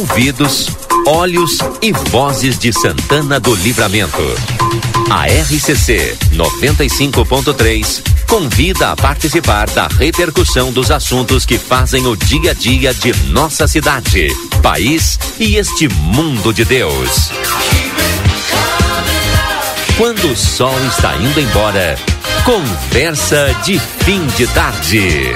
ouvidos, olhos e vozes de Santana do Livramento. A RCC 95.3 convida a participar da repercussão dos assuntos que fazem o dia a dia de nossa cidade, país e este mundo de Deus. Quando o sol está indo embora, conversa de fim de tarde.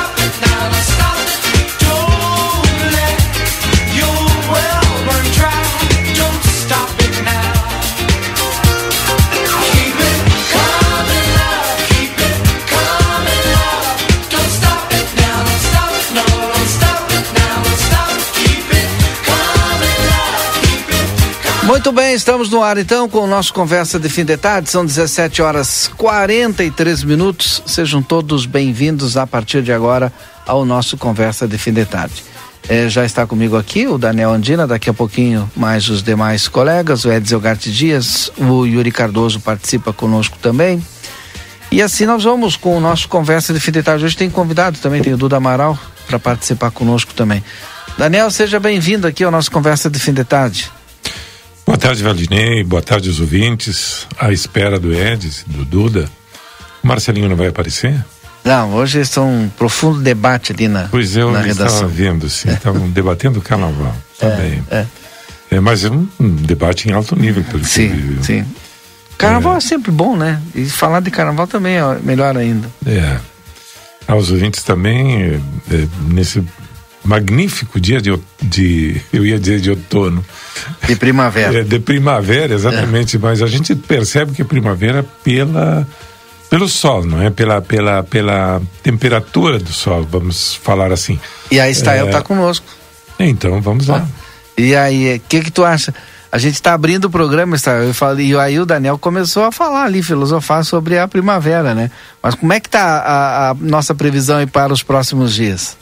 Muito bem, estamos no ar então com o nosso Conversa de Fim de Tarde, são 17h43. Sejam todos bem-vindos a partir de agora ao nosso Conversa de Fim de Tarde. Já está comigo aqui o Daniel Andina, daqui a pouquinho mais os demais colegas, o Edsel Garte Dias, o Yuri Cardoso participa conosco também. E assim nós vamos com o nosso Conversa de Fim de Tarde. Hoje tem convidado também, tem o Duda Amaral para participar conosco também. Daniel, seja bem-vindo aqui ao nosso Conversa de Fim de Tarde. Boa tarde, Valdinei. Boa tarde, os ouvintes. À espera do Edson, do Duda. O Marcelinho não vai aparecer? Não, hoje está um profundo debate ali na redação. Pois eu estava vendo, sim. Estavam debatendo o carnaval. Também. Mas é um debate em alto nível, pelo que eu vi. Sim. Carnaval é sempre bom, né? E falar de carnaval também é melhor ainda. Aos ouvintes também, nesse magnífico dia eu ia dizer de outono. De primavera. De primavera, exatamente, mas a gente percebe que a primavera pelo sol, não é? Pela temperatura do sol, vamos falar assim. E a Estael está conosco. Então, vamos lá. E aí, o que tu acha? A gente está abrindo o programa, Estael, e aí o Daniel começou a falar ali, filosofar sobre a primavera, né? Mas como é que está a nossa previsão aí para os próximos dias?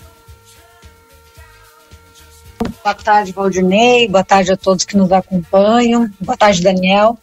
Boa tarde, Valdinei. Boa tarde a todos que nos acompanham. Boa tarde, Daniel.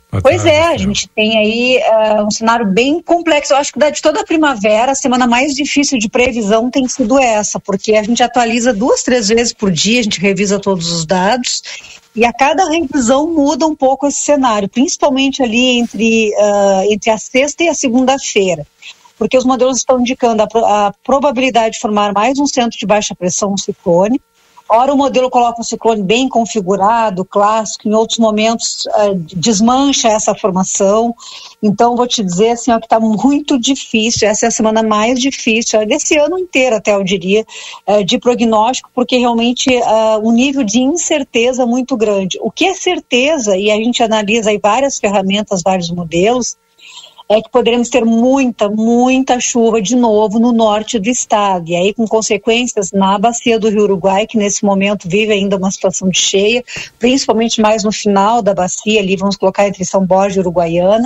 A gente tem aí um cenário bem complexo. Eu acho que de toda a primavera, a semana mais difícil de previsão tem sido essa, porque a gente atualiza 2-3 vezes por dia, a gente revisa todos os dados, e a cada revisão muda um pouco esse cenário, principalmente ali entre a sexta e a segunda-feira, porque os modelos estão indicando a probabilidade de formar mais um centro de baixa pressão, um ciclone. Ora o modelo coloca um ciclone bem configurado, clássico, em outros momentos desmancha essa formação. Então vou te dizer assim, que está muito difícil, essa é a semana mais difícil desse ano inteiro, até eu diria, de prognóstico, porque realmente um nível de incerteza muito grande. O que é certeza, e a gente analisa aí várias ferramentas, vários modelos, é que poderemos ter muita chuva de novo no norte do estado, e aí com consequências na bacia do Rio Uruguai, que nesse momento vive ainda uma situação de cheia, principalmente mais no final da bacia, ali vamos colocar entre São Borja e Uruguaiana.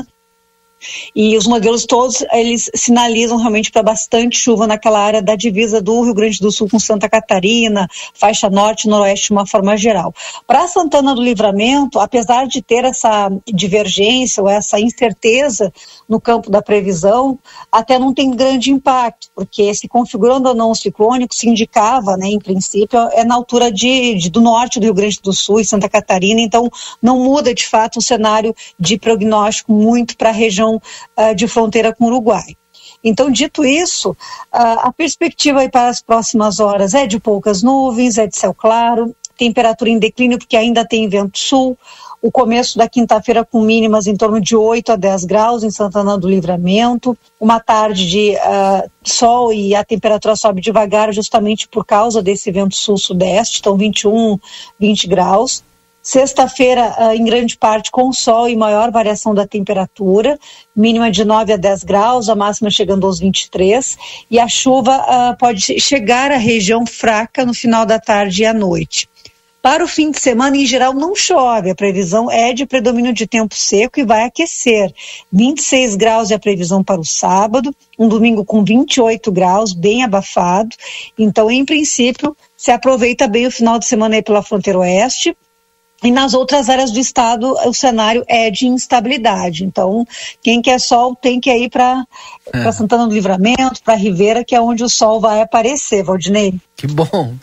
E os modelos todos, eles sinalizam realmente para bastante chuva naquela área da divisa do Rio Grande do Sul com Santa Catarina, faixa norte e noroeste de uma forma geral. Para Santana do Livramento, apesar de ter essa divergência ou essa incerteza no campo da previsão, até não tem grande impacto, porque se configurando ou não o ciclônico, se indicava, né, em princípio, na altura do norte do Rio Grande do Sul e Santa Catarina, então não muda de fato o cenário de prognóstico muito para a região de fronteira com o Uruguai. Então, dito isso, a perspectiva aí para as próximas horas é de poucas nuvens, é de céu claro, temperatura em declínio porque ainda tem vento sul, o começo da quinta-feira com mínimas em torno de 8 a 10 graus em Santana do Livramento, uma tarde de sol e a temperatura sobe devagar justamente por causa desse vento sul-sudeste, então 21, 20 graus. Sexta-feira, em grande parte, com sol e maior variação da temperatura, mínima de 9 a 10 graus, a máxima chegando aos 23, e a chuva pode chegar à região fraca no final da tarde e à noite. Para o fim de semana, em geral, não chove, a previsão é de predomínio de tempo seco e vai aquecer. 26 graus é a previsão para o sábado, um domingo com 28 graus, bem abafado, então, em princípio, se aproveita bem o final de semana aí pela fronteira oeste. E nas outras áreas do estado o cenário é de instabilidade, então quem quer sol tem que ir para Santana do Livramento, para Ribeira, que é onde o sol vai aparecer, Valdinei. Que bom,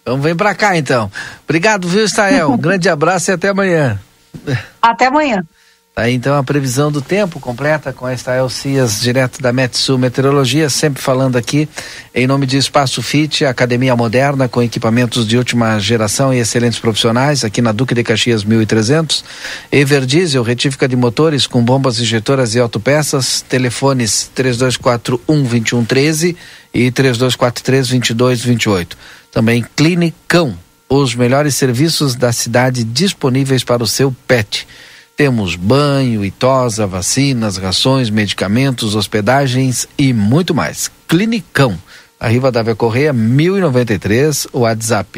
Então vem pra cá, então. Obrigado, viu, Estael? Um grande abraço e até amanhã. Até amanhã. Aí então a previsão do tempo completa com a Estael Cias, direto da Metsul Meteorologia, sempre falando aqui em nome de Espaço Fit, academia moderna com equipamentos de última geração e excelentes profissionais, aqui na Duque de Caxias 1300. Everdiesel, retífica de motores com bombas injetoras e autopeças, telefones 3241-2113 e 3243-2228. Também Clinicão, os melhores serviços da cidade disponíveis para o seu pet. Temos banho e tosa, vacinas, rações, medicamentos, hospedagens e muito mais. Clinicão, a Rivadavia Correia 1093, o WhatsApp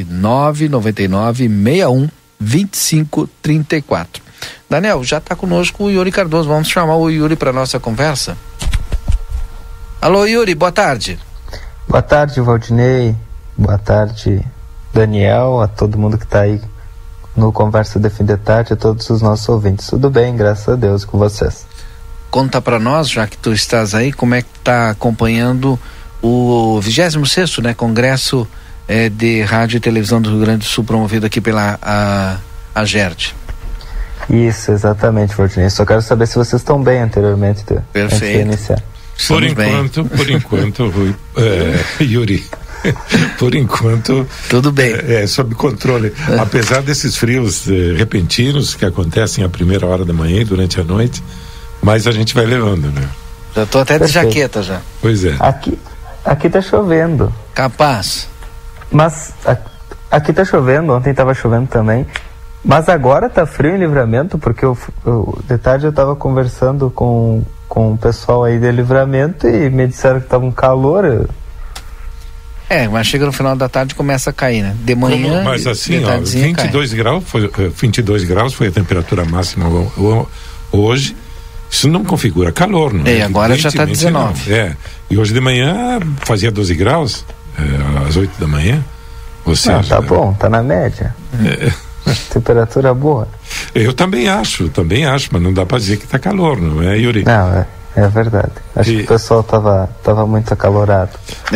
999-61-2534. Daniel, já está conosco o Yuri Cardoso, vamos chamar o Yuri para nossa conversa. Alô, Yuri, boa tarde. Boa tarde, Valdinei, boa tarde, Daniel, a todo mundo que está aí no Conversa de Fim de Tarde, a todos os nossos ouvintes. Tudo bem, graças a Deus, com vocês. Conta para nós, já que tu estás aí, como é que está acompanhando o 26º, né, Congresso de Rádio e Televisão do Rio Grande do Sul, promovido aqui pela AGERT. Isso, exatamente, Valdinei. Só quero saber se vocês estão bem anteriormente. Perfeito. Antes de iniciar. Por enquanto, Rui, Yuri, por enquanto tudo bem, sob controle, apesar desses frios repentinos que acontecem à primeira hora da manhã e durante a noite, mas a gente vai levando, né? Já tô até de jaqueta já. Pois é. Aqui tá chovendo. Capaz. Mas aqui tá chovendo, ontem tava chovendo também, mas agora tá frio em Livramento, porque de tarde eu tava conversando com o pessoal aí de Livramento e me disseram que tava um calor. Mas chega no final da tarde e começa a cair, né? De manhã. Mas assim, 22 graus foi a temperatura máxima hoje. Isso não configura calor, não é? Agora já está 19. E hoje de manhã fazia 12 graus, às 8 da manhã. Ou seja, tá bom, tá na média. Temperatura boa. Eu também acho, mas não dá para dizer que tá calor, não é, Yuri? Não, é verdade. Acho que o pessoal tava muito acalorado.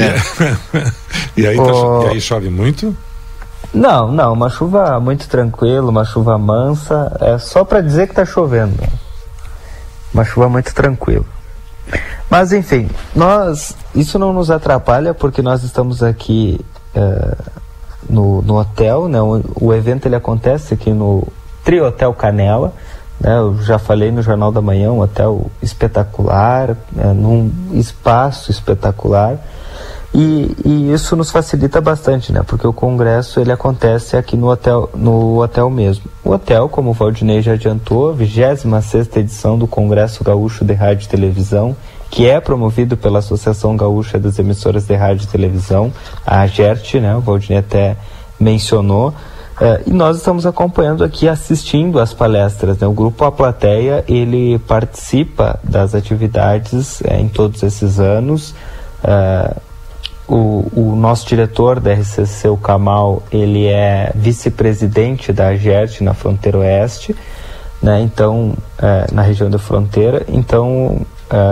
E aí chove muito? Não, uma chuva muito tranquila, uma chuva mansa, é só para dizer que tá chovendo. Uma chuva muito tranquila. Mas enfim, isso não nos atrapalha porque nós estamos aqui no hotel, né? O evento ele acontece aqui no Tri Hotel Canela, né? Eu já falei no Jornal da Manhã, um hotel espetacular, num espaço espetacular, e isso nos facilita bastante, né? Porque o congresso ele acontece aqui no hotel mesmo. O hotel, como o Valdinei já adiantou, 26ª edição do Congresso Gaúcho de Rádio e Televisão, que é promovido pela Associação Gaúcha das Emissoras de Rádio e Televisão, a AGERT, né? O Valdinei até mencionou. E nós estamos acompanhando aqui, assistindo às palestras, né? O Grupo A Plateia, ele participa das atividades em todos esses anos. O nosso diretor da RCC, o Kamal, ele é vice-presidente da AGERT na Fronteira Oeste, né? Então, na região da fronteira. Então,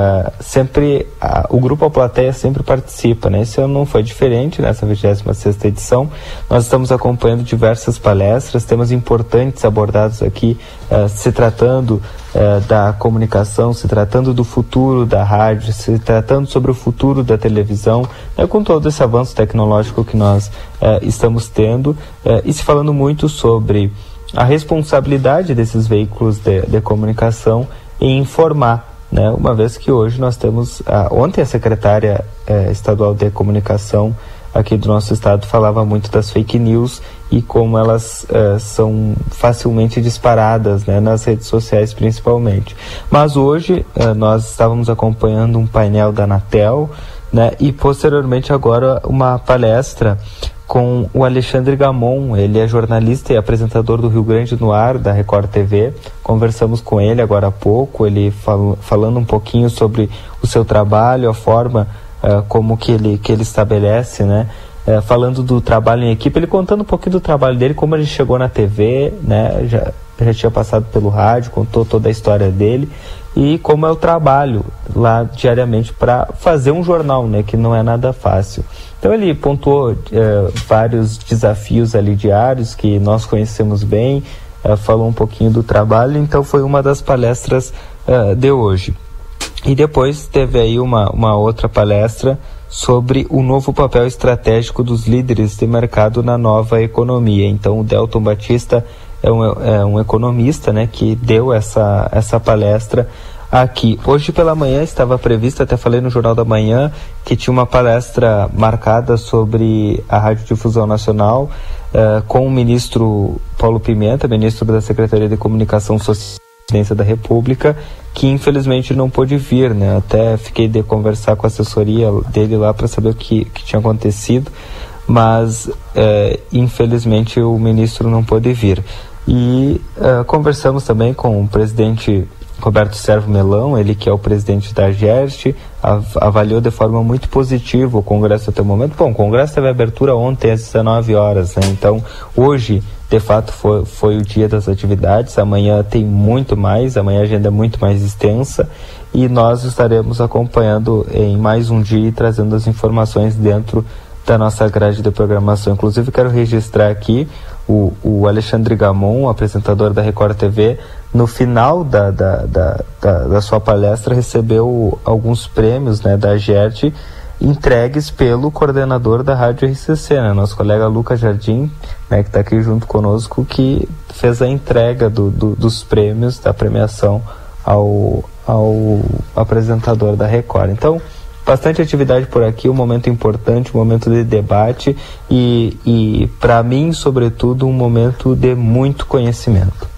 o Grupo A Plateia sempre participa, né? Esse ano não foi diferente, nessa 26ª edição. Nós estamos acompanhando diversas palestras, temas importantes abordados aqui, se tratando da comunicação, se tratando do futuro da rádio, se tratando sobre o futuro da televisão, com todo esse avanço tecnológico que nós estamos tendo, e se falando muito sobre a responsabilidade desses veículos de comunicação em informar, né? Uma vez que hoje nós temos, ontem a secretária estadual de comunicação aqui do nosso estado falava muito das fake news e como elas são facilmente disparadas, né, nas redes sociais principalmente. Mas hoje nós estávamos acompanhando um painel da Anatel, né, e posteriormente agora uma palestra com o Alexandre Gamon. Ele é jornalista e apresentador do Rio Grande no Ar, da Record TV. Conversamos com ele agora há pouco, ele falando um pouquinho sobre o seu trabalho, a forma como que ele estabelece, né? Falando do trabalho em equipe, ele contando um pouquinho do trabalho dele, como ele chegou na TV, né? Já tinha passado pelo rádio, contou toda a história dele e como é o trabalho lá diariamente para fazer um jornal, né, que não é nada fácil. Então ele pontuou vários desafios ali diários que nós conhecemos bem, falou um pouquinho do trabalho, então foi uma das palestras de hoje. E depois teve aí uma outra palestra sobre o novo papel estratégico dos líderes de mercado na nova economia. Então o Delton Batista é um economista, né, que deu essa palestra aqui. Hoje pela manhã estava prevista, até falei no Jornal da Manhã, que tinha uma palestra marcada sobre a Radiodifusão Nacional com o ministro Paulo Pimenta, ministro da Secretaria de Comunicação Social da Presidência da República, que infelizmente não pôde vir, né? Até fiquei de conversar com a assessoria dele lá para saber o que tinha acontecido, mas infelizmente o ministro não pôde vir. E conversamos também com o presidente Roberto Servo Melão, ele que é o presidente da GERT, avaliou de forma muito positiva o Congresso até o momento. Bom, o Congresso teve abertura ontem às 19 horas, né? Então hoje de fato foi o dia das atividades, amanhã tem muito mais, amanhã a agenda é muito mais extensa e nós estaremos acompanhando em mais um dia e trazendo as informações dentro da nossa grade de programação. Inclusive quero registrar aqui o Alexandre Gamon, apresentador da Record TV, no final da sua palestra recebeu alguns prêmios, né, da GERT, entregues pelo coordenador da Rádio RCC, né, nosso colega Lucas Jardim, né, que está aqui junto conosco, que fez a entrega dos prêmios, da premiação ao apresentador da Record. Então, bastante atividade por aqui, um momento importante, um momento de debate e para mim, sobretudo, um momento de muito conhecimento.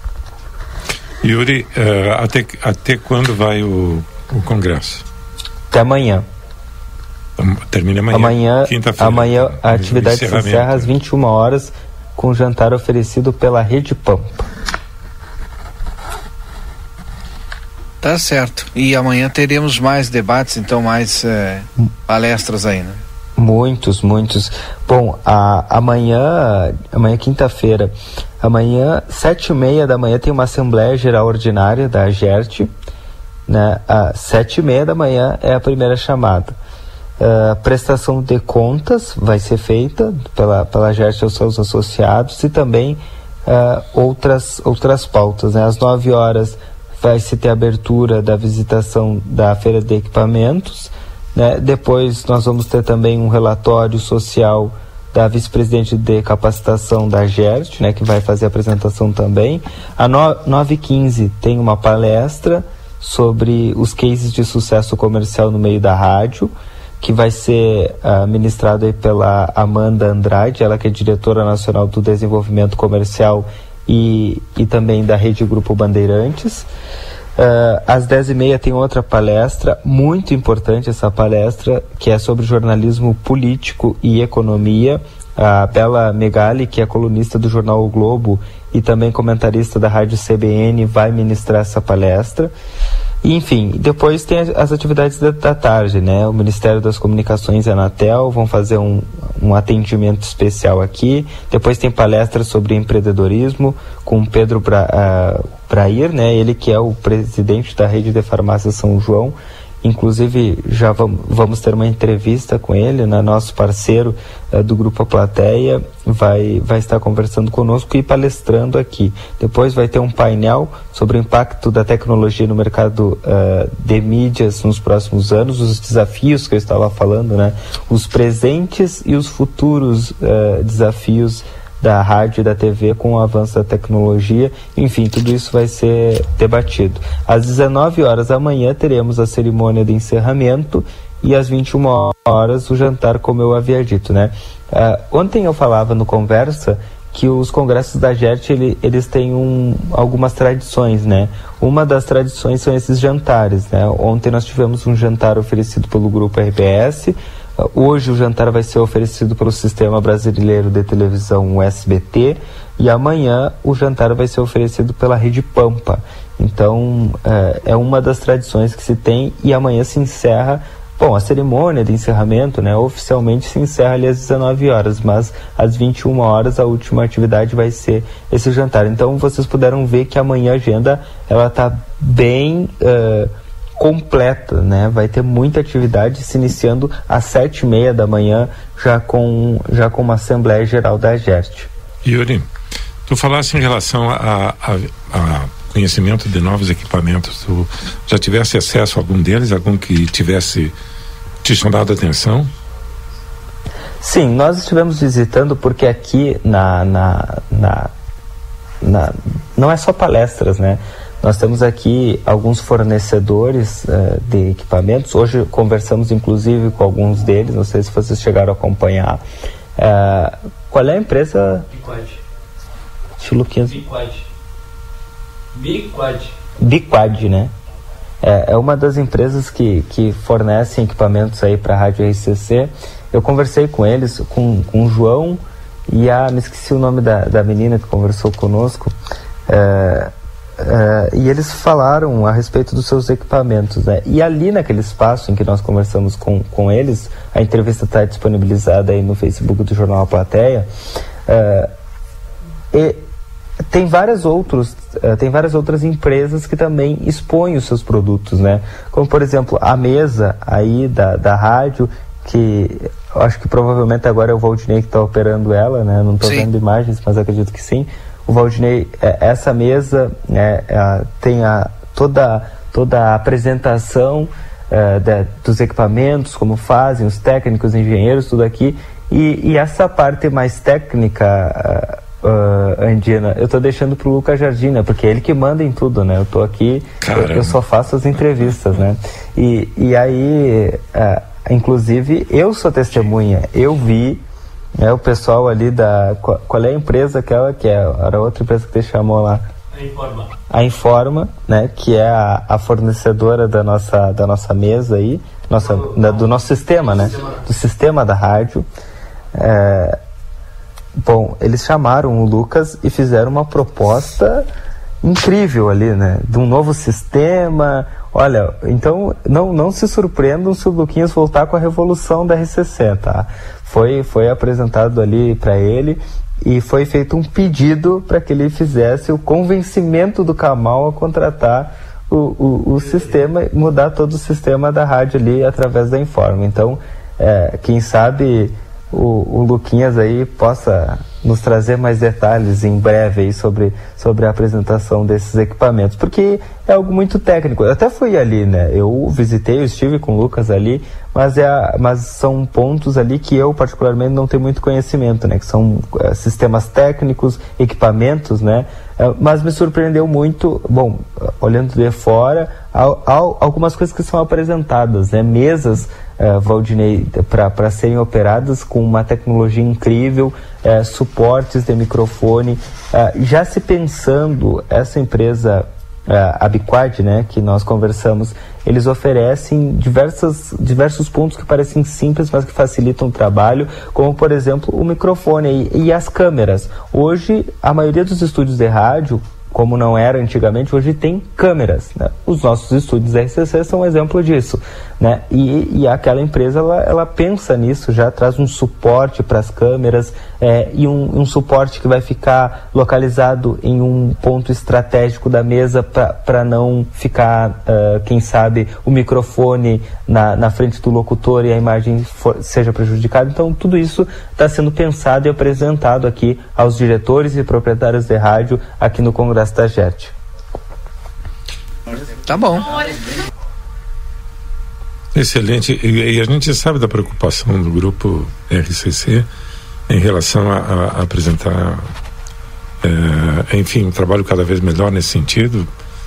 Yuri, até quando vai o Congresso? Até amanhã. Termina amanhã, quinta-feira. Amanhã a atividade se encerra às 21 horas com jantar oferecido pela Rede Pampa. Tá certo. E amanhã teremos mais debates, então mais palestras aí, né? Muitos. Bom, amanhã quinta-feira, amanhã 7h30 da manhã tem uma Assembleia Geral Ordinária da GERT, né? Às 7h30 da manhã é a primeira chamada. Prestação de contas vai ser feita pela GERT aos seus associados e também outras pautas, né? Às 9 horas vai se ter abertura da visitação da Feira de Equipamentos, né? Depois nós vamos ter também um relatório social da vice-presidente de capacitação da GERT, né, que vai fazer a apresentação também. Às 9h15 tem uma palestra sobre os cases de sucesso comercial no meio da rádio, que vai ser ministrado aí pela Amanda Andrade, ela que é diretora nacional do desenvolvimento comercial e também da Rede Grupo Bandeirantes. Às 10h30 tem outra palestra, muito importante essa palestra, que é sobre jornalismo político e economia. A Bela Megali, que é colunista do jornal O Globo e também comentarista da Rádio CBN, vai ministrar essa palestra. E, enfim, depois tem as atividades da tarde, né? O Ministério das Comunicações e a Anatel vão fazer um atendimento especial aqui. Depois tem palestra sobre empreendedorismo com Pedro Brair, né? Ele que é o presidente da Rede de Farmácia São João. Inclusive, já vamos ter uma entrevista com ele, né? Nosso parceiro do Grupo A Plateia vai estar conversando conosco e palestrando aqui. Depois vai ter um painel sobre o impacto da tecnologia no mercado de mídias nos próximos anos, os desafios que eu estava falando, né? Os presentes e os futuros desafios da rádio e da TV com o avanço da tecnologia. Enfim, tudo isso vai ser debatido. Às 19 horas da manhã teremos a cerimônia de encerramento e às 21 horas o jantar, como eu havia dito, né? Ontem eu falava no Conversa que os congressos da GERT, eles têm algumas tradições, né? Uma das tradições são esses jantares, né? Ontem nós tivemos um jantar oferecido pelo Grupo RBS. Hoje o jantar vai ser oferecido pelo Sistema Brasileiro de Televisão, o SBT, e amanhã o jantar vai ser oferecido pela Rede Pampa. Então, é uma das tradições que se tem, e amanhã se encerra, bom, a cerimônia de encerramento, né, oficialmente se encerra ali às 19 horas, mas às 21 horas a última atividade vai ser esse jantar. Então, vocês puderam ver que amanhã a agenda, ela está bem completa, né? Vai ter muita atividade se iniciando às 7h30 da manhã, já com uma Assembleia Geral da AGERT. Yuri, tu falaste em relação a conhecimento de novos equipamentos. Tu já tivesse acesso a algum deles, algum que tivesse te chamado a atenção? Sim, nós estivemos visitando porque aqui não é só palestras, né? Nós temos aqui alguns fornecedores de equipamentos. Hoje conversamos inclusive com alguns deles, não sei se vocês chegaram a acompanhar. Qual é a empresa? Biquad, né? É uma das empresas que fornecem equipamentos aí para a Rádio RCC. Eu conversei com eles, com o João e me esqueci o nome da menina que conversou conosco, e eles falaram a respeito dos seus equipamentos, né? E ali naquele espaço em que nós conversamos com eles, a entrevista está disponibilizada aí no Facebook do Jornal A Plateia, e tem várias outras empresas que também expõem os seus produtos, né? Como, por exemplo, a mesa aí da rádio, que eu acho que provavelmente agora é o Valdinei que está operando ela, né? Não estou vendo imagens, mas acredito que sim. O Valdinei, essa mesa tem toda a apresentação dos equipamentos, como fazem os técnicos, engenheiros, tudo aqui. E essa parte mais técnica, Andina, eu estou deixando para o Lucas Jardim, né? Porque é ele que manda em tudo, né? Eu estou aqui, eu só faço as entrevistas, né? E aí... inclusive, eu sou testemunha, eu vi o pessoal ali qual é a empresa aquela que era outra empresa que te chamou lá? A Informa, né? Que é a fornecedora da nossa mesa aí, do nosso sistema, né? Do sistema da rádio. Bom, eles chamaram o Lucas e fizeram uma proposta incrível ali, né? De um novo sistema. Olha, então não se surpreendam se o Luquinhas voltar com a revolução da RCC, tá? Foi apresentado ali para ele e foi feito um pedido para que ele fizesse o convencimento do Camal a contratar o sistema, mudar todo o sistema da rádio ali através da Informa. Então, quem sabe o Luquinhas aí possa nos trazer mais detalhes em breve aí sobre a apresentação desses equipamentos, porque é algo muito técnico. Eu até fui ali, né? Eu estive com o Lucas ali, mas são pontos ali que eu particularmente não tenho muito conhecimento, né? Que são sistemas técnicos, equipamentos, né? Mas me surpreendeu muito, bom, olhando de fora, algumas coisas que são apresentadas, né? Mesas, Valdinei, para serem operadas com uma tecnologia incrível, suportes de microfone, já se pensando, essa empresa, a Biquad, né, que nós conversamos, eles oferecem diversos pontos que parecem simples, mas que facilitam o trabalho, como, por exemplo, o microfone e as câmeras. Hoje, a maioria dos estúdios de rádio, como não era antigamente, hoje tem câmeras, né? Os nossos estúdios da RCC são um exemplo disso, né? E aquela empresa, ela pensa nisso, já traz um suporte para as câmeras, e um suporte que vai ficar localizado em um ponto estratégico da mesa para não ficar, quem sabe, o microfone na frente do locutor e a imagem seja prejudicada. Então, tudo isso está sendo pensado e apresentado aqui aos diretores e proprietários de rádio aqui no Congresso da AGERT. Tá bom. Excelente. E a gente sabe da preocupação do grupo RCC em relação a apresentar, enfim, um trabalho cada vez melhor nesse sentido,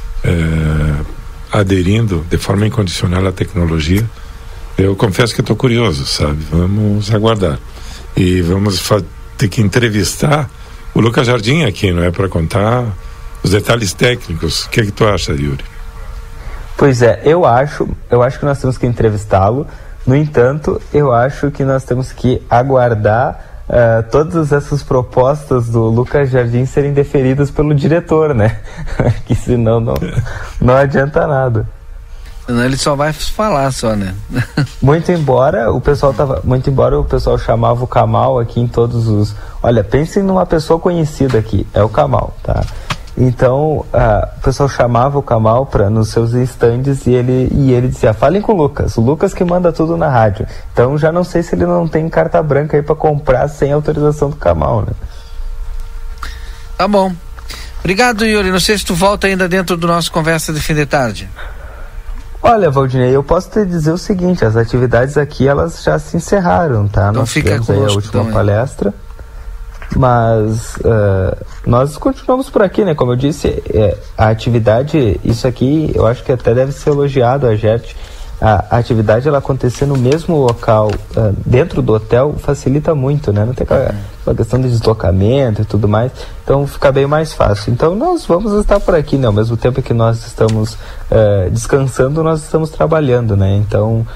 aderindo de forma incondicional à tecnologia. Eu confesso que estou curioso, sabe? Vamos aguardar. E vamos ter que entrevistar o Lucas Jardim aqui, não é? Para contar os detalhes técnicos. O que é que tu acha, Yuri? Pois é, eu acho que nós temos que entrevistá-lo. No entanto, eu acho que nós temos que aguardar todas essas propostas do Lucas Jardim serem deferidas pelo diretor, né? Que senão não adianta nada. Ele só vai falar só, né? Muito embora o pessoal chamava o Camal aqui em todos os... Olha, pensem numa pessoa conhecida aqui, é o Camal, tá? Então, o pessoal chamava o Kamal nos seus estandes e ele dizia, falem com o Lucas que manda tudo na rádio. Então, já não sei se ele não tem carta branca aí para comprar sem autorização do Kamal, né? Tá bom. Obrigado, Yuri. Não sei se tu volta ainda dentro do nosso Conversa de Fim de Tarde. Olha, Valdinei, eu posso te dizer o seguinte, as atividades aqui, elas já se encerraram, tá? Então nós fica tivemos aí a última palestra, mas nós continuamos por aqui, né? Como eu disse, a atividade, isso aqui, eu acho que até deve ser elogiado, a GERT. A atividade, ela acontecer no mesmo local, dentro do hotel, facilita muito, né? Não tem aquela questão de deslocamento e tudo mais, então fica bem mais fácil. Então nós vamos estar por aqui, né? Ao mesmo tempo que nós estamos descansando, nós estamos trabalhando, né? Então,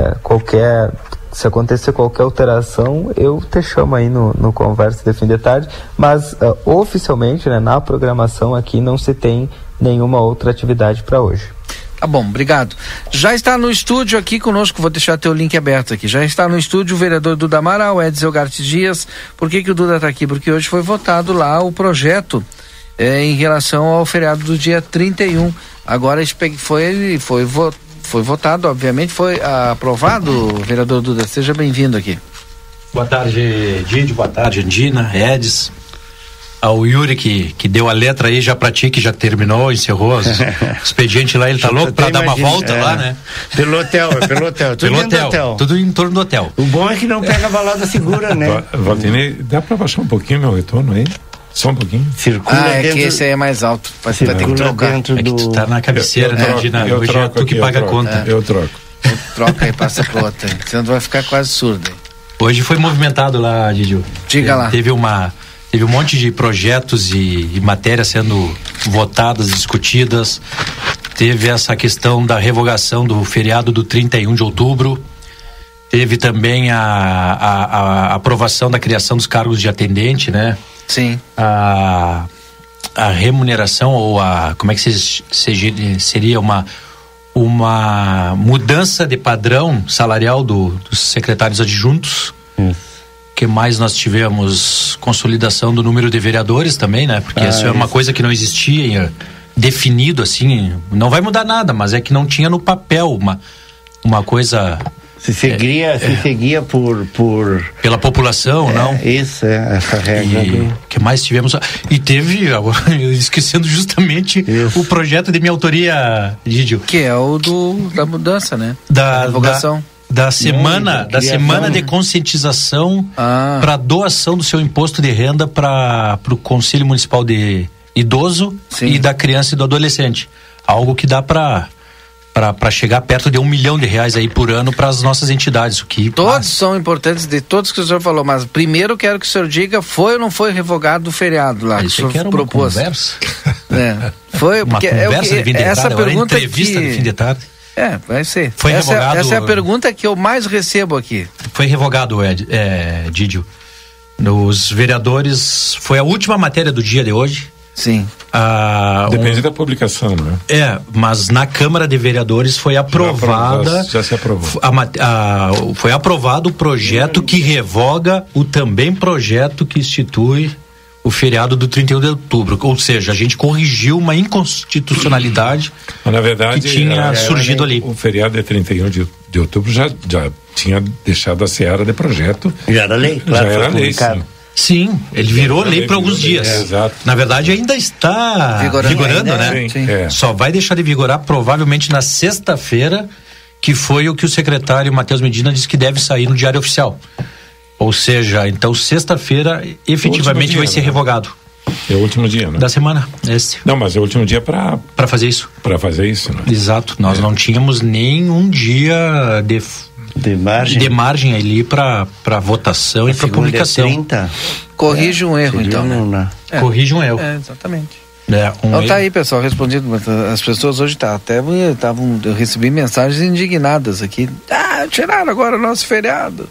se acontecer qualquer alteração, eu te chamo aí no Conversa de Fim de Tarde, mas oficialmente, né, na programação aqui não se tem nenhuma outra atividade para hoje. Tá bom, obrigado. Já está no estúdio aqui conosco, vou deixar teu link aberto aqui. Já está no estúdio o vereador Duda Amaral, Edsel Garte Dias. Por que o Duda está aqui? Porque hoje foi votado lá o projeto em relação ao feriado do dia 31. Agora foi votado, obviamente, foi aprovado, vereador Duda. Seja bem-vindo aqui. Boa tarde, Didio, boa tarde, Andina, Edson. Ao Yuri que deu a letra aí já pra ti, que já terminou, encerrou o expediente lá, ele tá louco pra dar uma volta lá, né? Pelo hotel. Tudo dentro do hotel. Tudo em torno do hotel. O bom é que não pega a balada segura, né? Valdinei, dá pra baixar um pouquinho meu retorno aí? Só um pouquinho? Circula que esse aí é mais alto. Vai ter que trocar. É que tu tá na cabeceira, né, Andina? Hoje é tu que paga a conta. Eu troco. Troca aí, passa pro outro aí. Senão tu vai ficar quase surdo aí. Hoje foi movimentado lá, Didio. Diga lá. Teve um monte de projetos e matérias sendo votadas, discutidas. Teve essa questão da revogação do feriado do 31 de outubro. Teve também a aprovação da criação dos cargos de atendente, né? Sim. A remuneração ou como é que seria uma mudança de padrão salarial dos secretários adjuntos. Que mais nós tivemos? Consolidação do número de vereadores também, né? Porque isso é uma coisa que não existia definido assim, não vai mudar nada, mas é que não tinha no papel uma coisa... Se seguia pela população, não? Isso, essa regra. E que mais tivemos? E teve, agora, esquecendo justamente o projeto de minha autoria, Didio. Que é o da mudança, né? Da revogação. Da semana de conscientização para doação do seu imposto de renda para o Conselho Municipal de Idoso. Sim. E da criança e do adolescente. Algo que dá para chegar perto de R$1 milhão aí por ano para as nossas entidades. Todos são importantes, de todos que o senhor falou, mas primeiro quero que o senhor diga, foi ou não foi revogado o feriado lá? Isso que era uma conversa. Foi, uma conversa de fim de tarde, essa pergunta entrevista de fim de tarde. Vai ser. Foi revogado. Essa é a pergunta que eu mais recebo aqui. Foi revogado, Didio. Nos vereadores, foi a última matéria do dia de hoje. Sim. Depende da publicação, né? Mas na Câmara de Vereadores foi aprovada. Já se aprovou. Foi aprovado o projeto que revoga o também projeto que institui o feriado do 31 de outubro, ou seja, a gente corrigiu uma inconstitucionalidade na verdade, que tinha surgido ali. O feriado de 31 de outubro já tinha deixado a seara de projeto. Já era lei, claro. Já era lei, sim. Sim, ele virou lei por alguns dias. Exato. Na verdade, ainda está vigorando, né? Sim. Só vai deixar de vigorar provavelmente na sexta-feira, que foi o que o secretário Matheus Medina disse que deve sair no Diário Oficial. Ou seja, então sexta-feira efetivamente vai ser revogado. É o último dia, né? Da semana, esse. Não, mas é o último dia para fazer isso. Para fazer isso, né? Exato. Nós não tínhamos nenhum dia de margem ali para votação e para publicação. 30. Corrige um erro, então. Corrige um erro. Exatamente. Então tá aí, pessoal, respondido. As pessoas hoje eu recebi mensagens indignadas aqui. Tiraram agora o nosso feriado.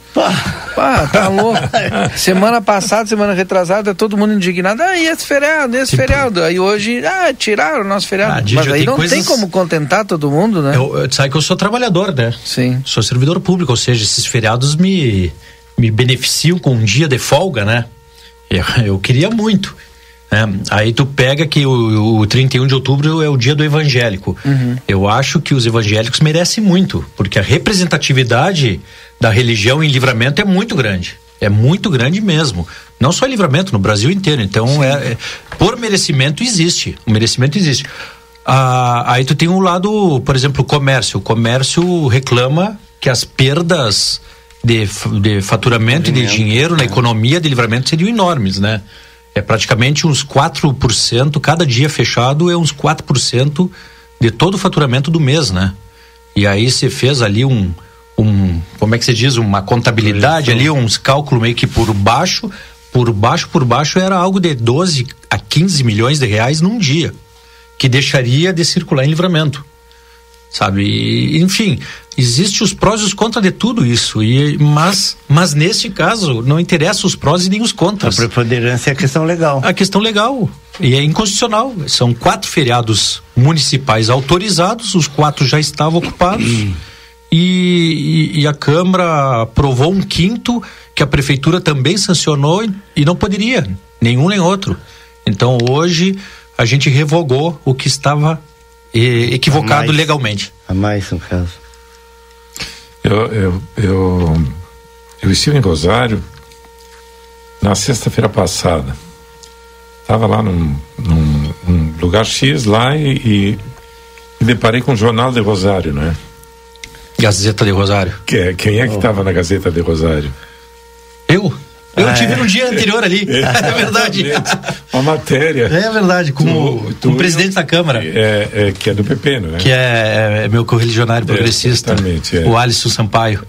Tá louco. Semana passada, semana retrasada, todo mundo indignado. E esse feriado. Aí hoje, tiraram o nosso feriado. Mas aí não tem como contentar todo mundo, né? Sabe que eu sou trabalhador, né? Sim. Sou servidor público, ou seja, esses feriados me beneficiam com um dia de folga, né? Eu queria muito. Aí tu pega que o 31 de outubro é o dia do evangélico. Eu acho que os evangélicos merecem muito, porque a representatividade da religião em Livramento é muito grande. É muito grande mesmo. Não só em Livramento, no Brasil inteiro. Então, por merecimento existe. O merecimento existe. Aí tu tem um lado, por exemplo, o comércio. O comércio reclama que as perdas de faturamento e de dinheiro na economia de Livramento seriam enormes, né? É praticamente uns 4%, cada dia fechado é uns 4% de todo o faturamento do mês, né? E aí você fez ali como é que se diz, uma contabilidade ali, uns cálculos meio que por baixo era algo de 12 a 15 milhões de reais num dia, que deixaria de circular em Livramento, sabe? E, enfim, existem os prós e os contras de tudo isso, mas neste caso não interessa os prós e nem os contras. A preponderância é a questão legal. A questão legal, e é inconstitucional. São 4 feriados municipais autorizados, os 4 já estavam ocupados. E a Câmara aprovou um 5º que a Prefeitura também sancionou e não poderia, nenhum nem outro. Então hoje a gente revogou o que estava equivocado legalmente. A mais, no caso. Eu estive em Rosário na sexta-feira passada. Estava lá num lugar X lá e deparei com o Jornal de Rosário, né? Gazeta de Rosário. Quem é que estava na Gazeta de Rosário? Eu tive no dia anterior ali. É verdade. Uma matéria. É verdade, com o presidente da Câmara. Que é do PP, não é? Que é meu correligionário progressista. Exatamente. O Alisson Sampaio.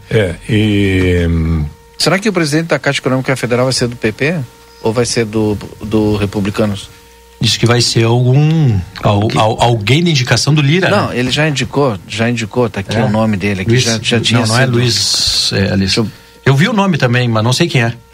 Será que o presidente da Caixa Econômica Federal vai ser do PP? Ou vai ser do Republicanos? Diz que vai ser alguém da indicação do Lira. Não, né? ele já indicou, tá aqui o nome dele aqui, Luiz, já tinha não é Luiz Alisson. Eu vi o nome também, mas não sei quem é.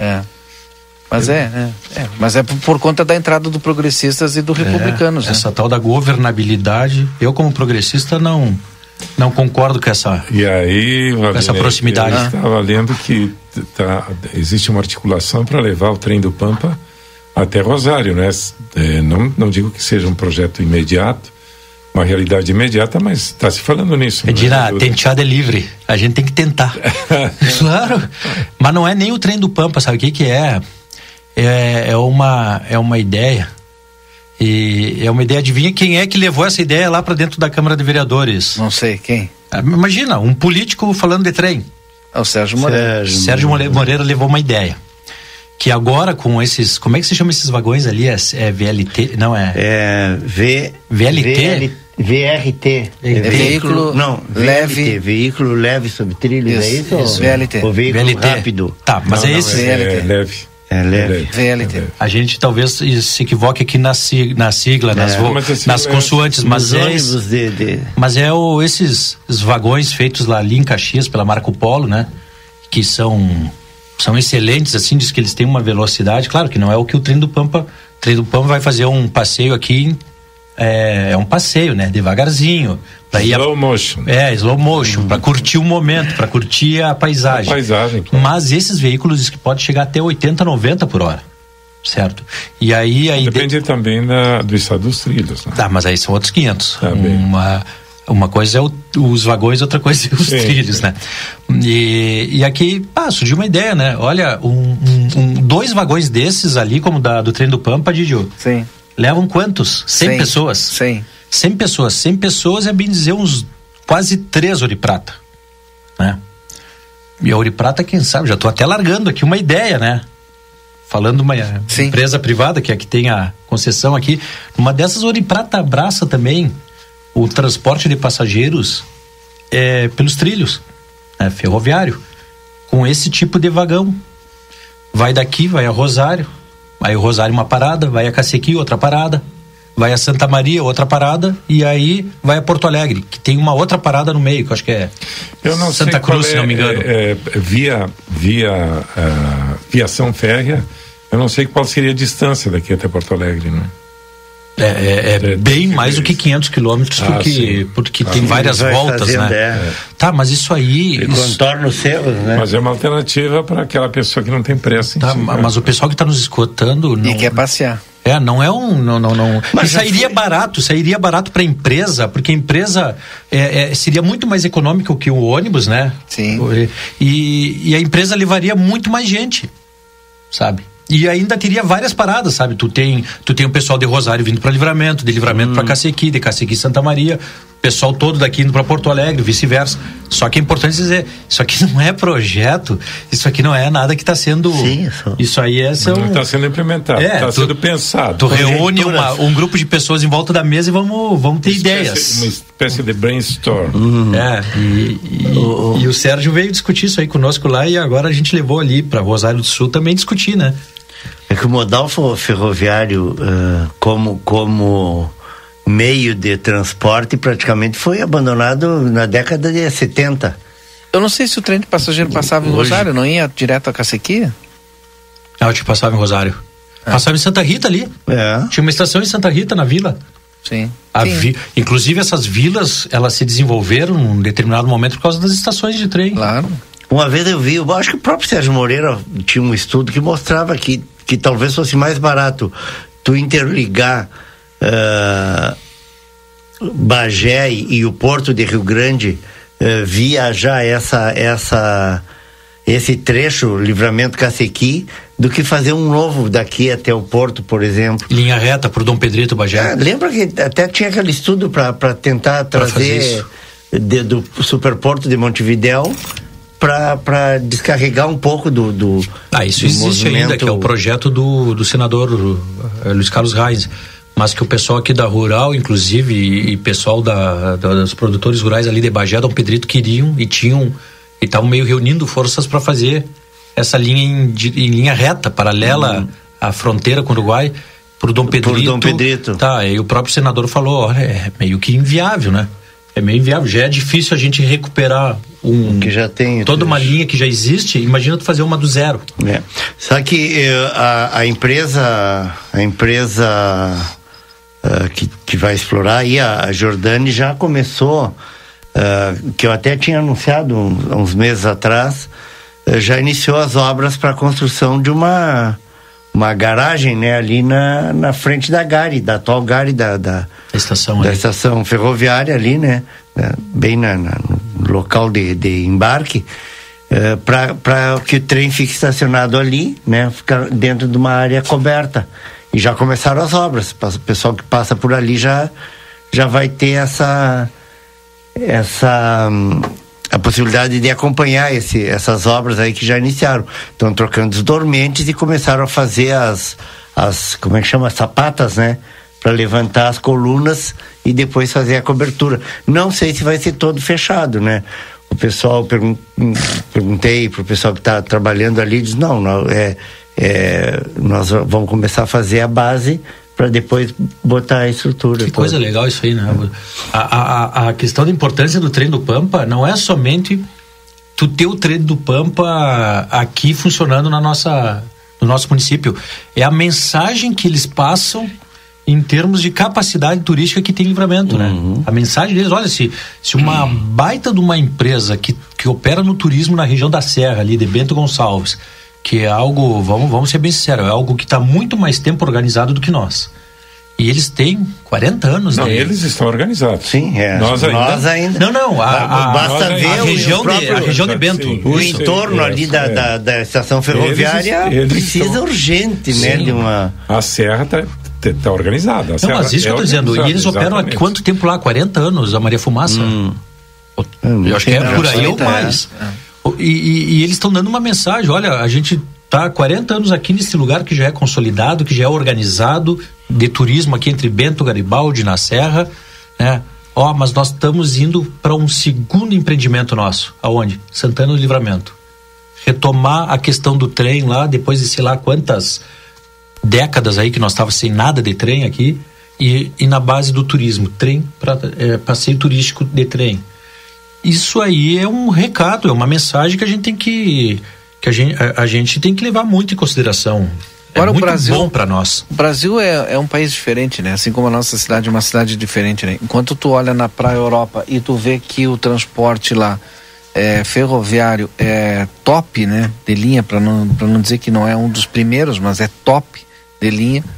Mas é por conta da entrada do Progressistas e do Republicanos, né? Essa tal da governabilidade, eu como progressista não concordo com essa, e aí, Valdinei, essa proximidade. Eu estava lendo que existe uma articulação para levar o trem do Pampa até Rosário, né? Não digo que seja um projeto imediato, uma realidade imediata, mas está se falando nisso. Edina, tenteada é livre, a gente tem que tentar. Claro, mas não é nem o trem do Pampa, sabe o que é? É uma ideia, e é uma ideia, adivinha quem é que levou essa ideia lá para dentro da Câmara de Vereadores? Não sei, quem? Imagina, um político falando de trem. É o Sérgio Moreira. Sérgio Moreira levou uma ideia. Que agora com esses, como é que se chama esses vagões ali? É VLT? Não é? VLT? VRT. Veículo leve. Veículo leve sobre trilhos, é isso? VLT. O veículo VLT. rápido. Tá, mas é esse. É leve. É leve. VLT. A gente talvez se equivoque aqui na sigla, nas consoantes, mas esses os feitos lá ali em Caxias pela Marco Polo, né? Que são excelentes, assim, diz que eles têm uma velocidade, claro que não é o que o trem do Pampa vai fazer um passeio aqui, é um passeio, né, devagarzinho, pra ir slow motion, para curtir o momento, para curtir a paisagem. Claro. Mas esses veículos diz que pode chegar até 80, 90 por hora, certo? E aí depende também do estado dos trilhos, né? Tá, mas aí são outros 500. Uma coisa é os vagões, outra coisa é os trilhos, né? E aqui, surgiu uma ideia, né? Olha, 2 vagões desses ali, como do trem do Pampa, Didio. Sim. Levam quantos? 100 pessoas? 100 pessoas. 100 pessoas é bem dizer uns quase 3 Ouro e Prata, né? E a Ouro e Prata, quem sabe, já tô até largando aqui uma ideia, né? Falando uma empresa privada, que é que tem a concessão aqui, uma dessas Ouro e Prata abraça também o transporte de passageiros pelos trilhos, ferroviário, com esse tipo de vagão. Vai daqui, vai a Rosário, aí o Rosário uma parada, vai a Cacequi outra parada, vai a Santa Maria outra parada, e aí vai a Porto Alegre, que tem uma outra parada no meio, que eu acho que é Santa Cruz, se não me engano. Viação férrea, eu não sei qual seria a distância daqui até Porto Alegre, né? É bem mais do que 500 quilômetros, porque tem várias voltas, né? Tá, mas isso aí... Contornos seus, né? Mas é uma alternativa para aquela pessoa que não tem pressa. Mas o pessoal que está nos escutando... E quer passear. Não é um... Não. Mas sairia barato para a empresa, porque a empresa seria muito mais econômico que o ônibus, né? Sim. E a empresa levaria muito mais gente, sabe? E ainda teria várias paradas, sabe? Tu tem o pessoal de Rosário vindo para Livramento, de Livramento para Cacequi, de Cacequi Santa Maria, o pessoal todo daqui indo para Porto Alegre, vice-versa. Só que é importante dizer, isso aqui não é projeto, isso aqui não é nada que está sendo... Sim, isso aí não está sendo implementado, está sendo pensado. Tu reúne um grupo de pessoas em volta da mesa e vamos ter ideias. Uma espécie de brainstorm. E o Sérgio veio discutir isso aí conosco lá, e agora a gente levou ali para Rosário do Sul também discutir, né? É que o modal ferroviário como meio de transporte praticamente foi abandonado na década de 70. Eu não sei se o trem de passageiro passava em Rosário, não ia direto a Cacequi? Eu te passava em Rosário. Passava em Santa Rita ali. Tinha uma estação em Santa Rita, na vila. Sim. Inclusive essas vilas, elas se desenvolveram num determinado momento por causa das estações de trem. Claro. Uma vez eu acho que o próprio Sérgio Moreira tinha um estudo que mostrava que talvez fosse mais barato tu interligar Bagé e o Porto de Rio Grande via já esse trecho Livramento-Cacequi do que fazer um novo daqui até o Porto, por exemplo. Linha reta por Dom Pedrito, Bagé. Lembra que até tinha aquele estudo para tentar trazer do Superporto de Montevidéu para descarregar um pouco do isso existe ainda, que é o projeto do senador Luiz Carlos Reis, mas que o pessoal aqui da Rural, inclusive, e pessoal dos produtores rurais ali de Bagé, Dom Pedrito, queriam e estavam meio reunindo forças para fazer essa linha em linha reta, paralela à fronteira com o Uruguai, por Dom Pedrito. E o próprio senador falou, olha, é meio que inviável, né? É meio inviável, já é difícil a gente recuperar que já tem toda uma linha que já existe, imagina tu fazer uma do zero. Só que a empresa que vai explorar aí, a Jordani, já começou, que eu até tinha anunciado uns meses atrás, já iniciou as obras para a construção de uma garagem, né, ali na frente da Gare, da atual Gare da estação ferroviária ali, né, bem no local de embarque, para que o trem fique estacionado ali, né, ficar dentro de uma área coberta. E já começaram as obras. O pessoal que passa por ali já vai ter a possibilidade de acompanhar essas obras aí que já iniciaram. Estão trocando os dormentes e começaram a fazer as como é que chama? Sapatas, né? Para levantar as colunas e depois fazer a cobertura. Não sei se vai ser todo fechado, né? O pessoal, perguntei pro pessoal que está trabalhando ali, diz, não, nós vamos começar a fazer a base para depois botar a estrutura. Que coisa legal isso aí, né? A questão da importância do trem do Pampa não é somente tu ter o trem do Pampa aqui funcionando no nosso município. É a mensagem que eles passam em termos de capacidade turística que tem Livramento, né? A mensagem deles, olha, se uma baita de uma empresa que opera no turismo na região da Serra, ali de Bento Gonçalves, que é algo, vamos ser bem sinceros, é algo que está muito mais tempo organizado do que nós. E eles têm 40 anos. Não, eles estão organizados. Sim, Nós ainda. Não. Basta ver a região de Bento. Sim, o entorno ali da estação ferroviária precisa urgente, né? De uma... A Serra está organizada. Não, mas isso que eu estou dizendo. E eles operam há quanto tempo lá? 40 anos, a Maria Fumaça? Eu acho que é por aí ou mais. E eles estão dando uma mensagem, olha, a gente está há 40 anos aqui nesse lugar que já é consolidado, que já é organizado, de turismo aqui entre Bento, Garibaldi, na Serra, né? Mas nós estamos indo para um segundo empreendimento nosso. Aonde? Santana do Livramento. Retomar a questão do trem lá, depois de sei lá quantas décadas aí que nós estávamos sem nada de trem aqui, e na base do turismo, trem para passeio turístico de trem. Isso aí é um recado, é uma mensagem que a gente tem que a gente tem que levar muito em consideração. Agora, muito o Brasil, bom para nós. O Brasil é um país diferente, né? Assim como a nossa cidade é uma cidade diferente, né? Enquanto tu olha na praia Europa e tu vê que o transporte lá ferroviário é top, né? De linha, para não dizer que não é um dos primeiros, mas é top de linha.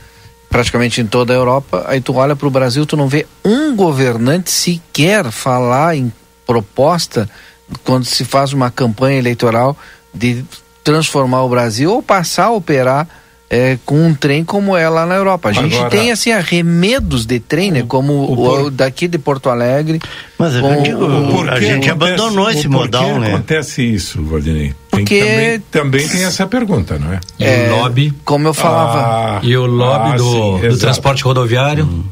praticamente em toda a Europa. Aí tu olha para o Brasil, tu não vê um governante sequer falar em proposta quando se faz uma campanha eleitoral de transformar o Brasil ou passar a operar com um trem como é lá na Europa. A gente tem assim arremedos de trem, né? Como o daqui de Porto Alegre. Mas eu digo, a gente abandonou esse modal, né? Por que acontece isso, Valdinei? Porque também tem essa pergunta, não é? E o lobby, como eu falava, e o lobby do transporte rodoviário.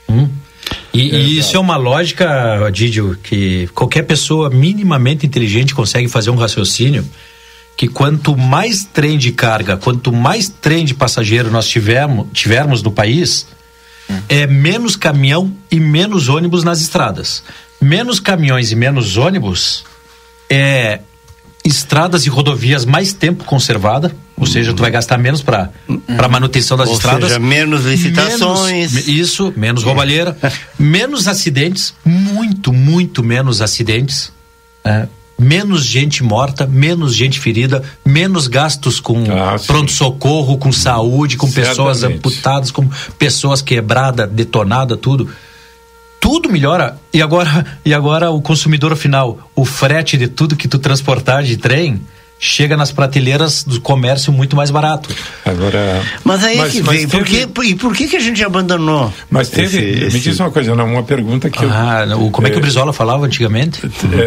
E isso é uma lógica, Didio, que qualquer pessoa minimamente inteligente consegue fazer um raciocínio, que quanto mais trem de carga, quanto mais trem de passageiro nós tivermos no país, é menos caminhão e menos ônibus nas estradas. Menos caminhões e menos ônibus é estradas e rodovias mais tempo conservada, ou seja, tu vai gastar menos para manutenção das estradas. Ou seja, menos licitações. Menos roubalheira, menos acidentes, muito menos acidentes, menos gente morta, menos gente ferida, menos gastos com pronto-socorro, com saúde, com pessoas amputadas, com pessoas quebradas, detonadas, tudo melhora. E agora o consumidor final, o frete de tudo que tu transportar de trem chega nas prateleiras do comércio muito mais barato. Mas aí que vem, por que a gente abandonou? Mas me diz uma coisa, uma pergunta que como é que o Brizola falava antigamente?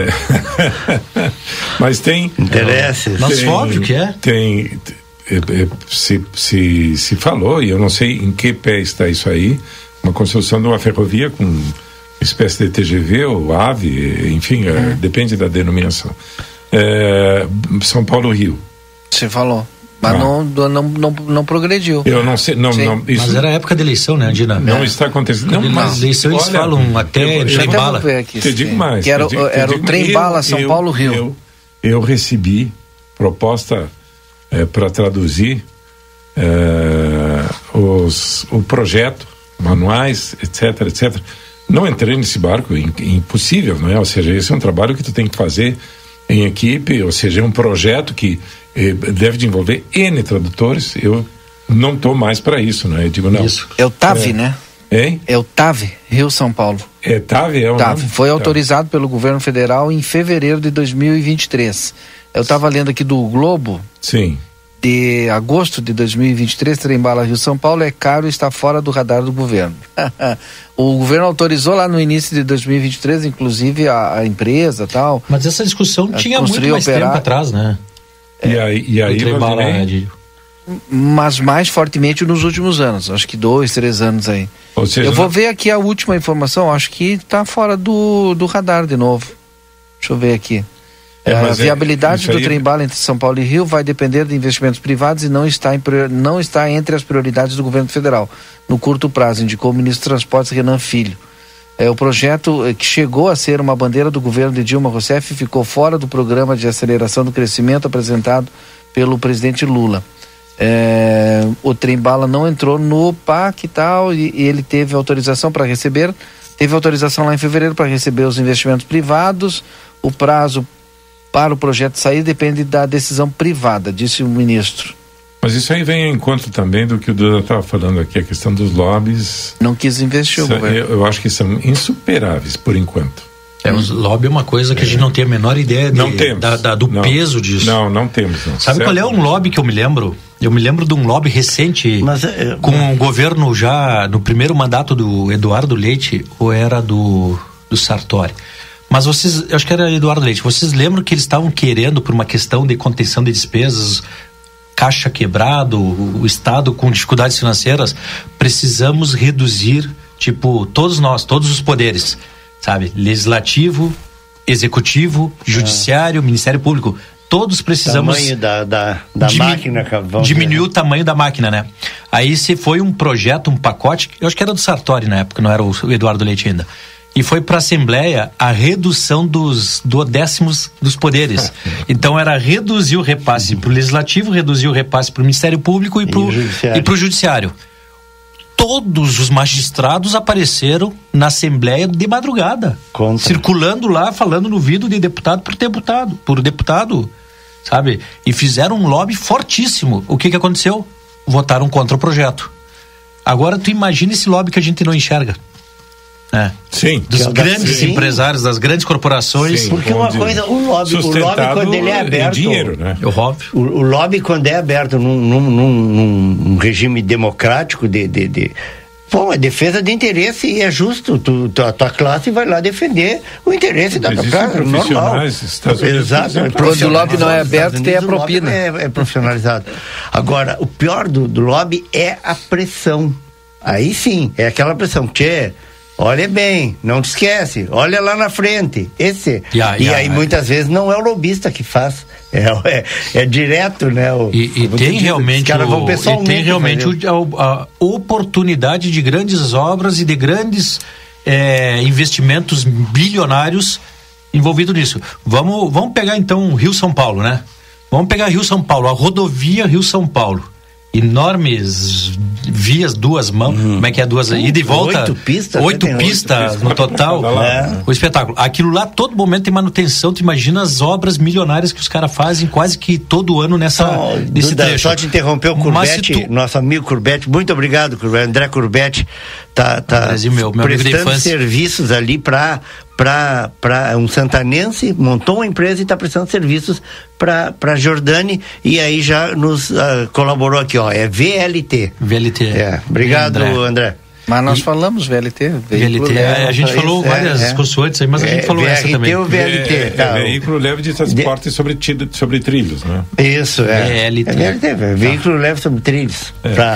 Mas tem interesses. Mas óbvio que é. Se falou, e eu não sei em que pé está isso aí, uma construção de uma ferrovia com espécie de TGV ou AVE, enfim, depende da denominação. São Paulo-Rio. Você falou, mas não progrediu. Eu não sei, isso, mas era época de eleição, né, Andina? Não está acontecendo. Mas eleições falam até trem-bala. Te digo mais. Que era o trem-bala São Paulo-Rio. Eu recebi proposta para traduzir o projeto, manuais, etc. Não entrei nesse barco, impossível, não é? Ou seja, esse é um trabalho que tu tem que fazer em equipe, ou seja, é um projeto que deve envolver N tradutores. Eu não estou mais para isso, né? Eu digo, não. Isso. É o TAV, né? Hein? É o TAV, Rio-São Paulo. TAV? TAV. Foi autorizado pelo governo federal em fevereiro de 2023. Eu estava lendo aqui do Globo. Sim. De agosto de 2023, trem-bala Rio-São Paulo é caro e está fora do radar do governo. O governo autorizou lá no início de 2023, inclusive a empresa tal. Mas essa discussão tinha muito mais tempo atrás, né? E aí trem-bala, mas mais fortemente nos últimos anos, acho que 2, 3 anos aí. Ou seja, eu vou ver aqui a última informação, acho que está fora do radar de novo. Deixa eu ver aqui. A viabilidade do trem-bala entre São Paulo e Rio vai depender de investimentos privados e não está entre as prioridades do governo federal no curto prazo, indicou o ministro dos Transportes Renan Filho. O projeto, que chegou a ser uma bandeira do governo de Dilma Rousseff, ficou fora do programa de aceleração do crescimento apresentado pelo presidente Lula. O trem-bala não entrou no PAC e tal, e ele teve autorização para receber, teve autorização lá em fevereiro para receber os investimentos privados. O prazo para o projeto sair depende da decisão privada, disse o ministro. Mas isso aí vem ao encontro também do que o Duda estava falando aqui, a questão dos lobbies. Não quis investir o governo. Eu acho que são insuperáveis por enquanto. Os lobby é uma coisa que a gente não tem a menor ideia do peso disso. Não temos. Não. Sabe qual é um lobby que eu me lembro? Eu me lembro de um lobby recente com o governo já no primeiro mandato do Eduardo Leite, ou era do Sartori. Mas vocês, eu acho que era Eduardo Leite, vocês lembram que eles estavam querendo, por uma questão de contenção de despesas, caixa quebrado, o Estado com dificuldades financeiras, precisamos reduzir, todos os poderes, sabe? Legislativo, executivo, judiciário, Ministério Público, todos precisamos... Tamanho da máquina. Diminuir o tamanho da máquina, né? Aí se foi um projeto, um pacote, eu acho que era do Sartori na época, não era o Eduardo Leite ainda. E foi para a Assembleia a redução dos duodécimos dos poderes. Então era reduzir o repasse para o Legislativo, reduzir o repasse para o Ministério Público e para o Judiciário. Todos os magistrados apareceram na Assembleia de madrugada, circulando lá, falando no ouvido de deputado por deputado, sabe? E fizeram um lobby fortíssimo. O que aconteceu? Votaram contra o projeto. Agora tu imagina esse lobby que a gente não enxerga. Sim. Dos grandes empresários, das grandes corporações. Sim, porque uma coisa, o lobby quando ele é aberto, dinheiro, né? O lobby quando é aberto num regime democrático é defesa de interesse e é justo. A tua classe vai lá defender o interesse da tua classe. Normal. Exato. Quando o lobby não é aberto, tem a propina. É profissionalizado. Agora, o pior do lobby é a pressão. Aí sim, é aquela pressão. Olha bem, não te esquece, olha lá na frente. E aí muitas vezes não é o lobista que faz, é direto, né? Tem realmente a oportunidade de grandes obras e de grandes investimentos bilionários envolvidos nisso. Vamos pegar então Rio-São Paulo, né? Vamos pegar Rio-São Paulo, a rodovia Rio-São Paulo. Enormes vias, duas mãos, como é que é duas, ida e volta, 8 pistas no total, o espetáculo, aquilo lá todo momento tem manutenção. Tu imagina as obras milionárias que os caras fazem quase que todo ano nesse trecho. Só te interromper o Curbete, nosso amigo Curbete, muito obrigado, André Curbete tá meu prestando serviços ali para um santanense, montou uma empresa e está prestando serviços para Jordani, e aí já nos colaborou aqui, é VLT. Obrigado, André. Mas nós falamos VLT. A gente falou várias consoantes aí, mas a gente falou essa também. O VLT, veículo leve de transporte sobre trilhos, né? Isso, VLT, veículo leve sobre trilhos.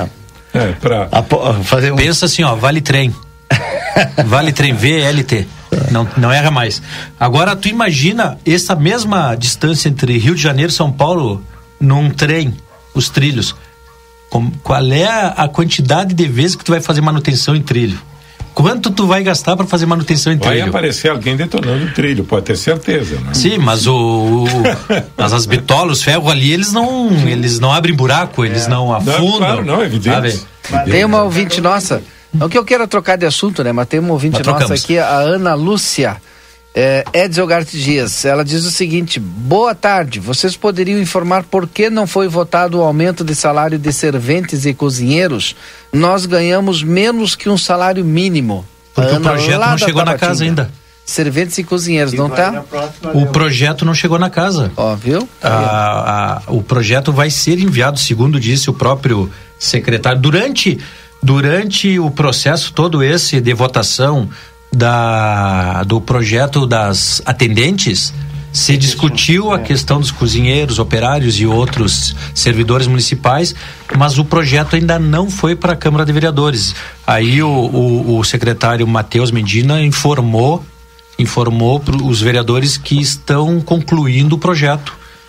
Fazer Pensa assim, Vale Trem. Vale Trem, VLT. Não erra mais. Agora tu imagina essa mesma distância entre Rio de Janeiro e São Paulo num trem, os trilhos. Qual é a quantidade de vezes que tu vai fazer manutenção em trilho? Quanto tu vai gastar para fazer manutenção em trilho? Vai aparecer alguém detonando o trilho, pode ter certeza, né? Sim, mas mas as bitolas, os ferros ali, eles não abrem buraco, eles não afundam. Claro, não, é evidente. Tem uma ouvinte nossa, não que eu queira trocar de assunto, né? Mas tem uma ouvinte nossa aqui, a Ana Lúcia Edzelgart Dias. Ela diz o seguinte: boa tarde, vocês poderiam informar por que não foi votado o aumento de salário de serventes e cozinheiros? Nós ganhamos menos que um salário mínimo. Porque o projeto não chegou na casa ainda. Serventes e cozinheiros, não tá? O projeto não chegou na casa. Viu? O projeto vai ser enviado, segundo disse o próprio secretário, durante o processo todo esse de votação do projeto das atendentes, se discutiu a questão dos cozinheiros, operários e outros servidores municipais, mas o projeto ainda não foi para a Câmara de Vereadores. Aí o secretário Matheus Medina informou para os vereadores que estão concluindo o projeto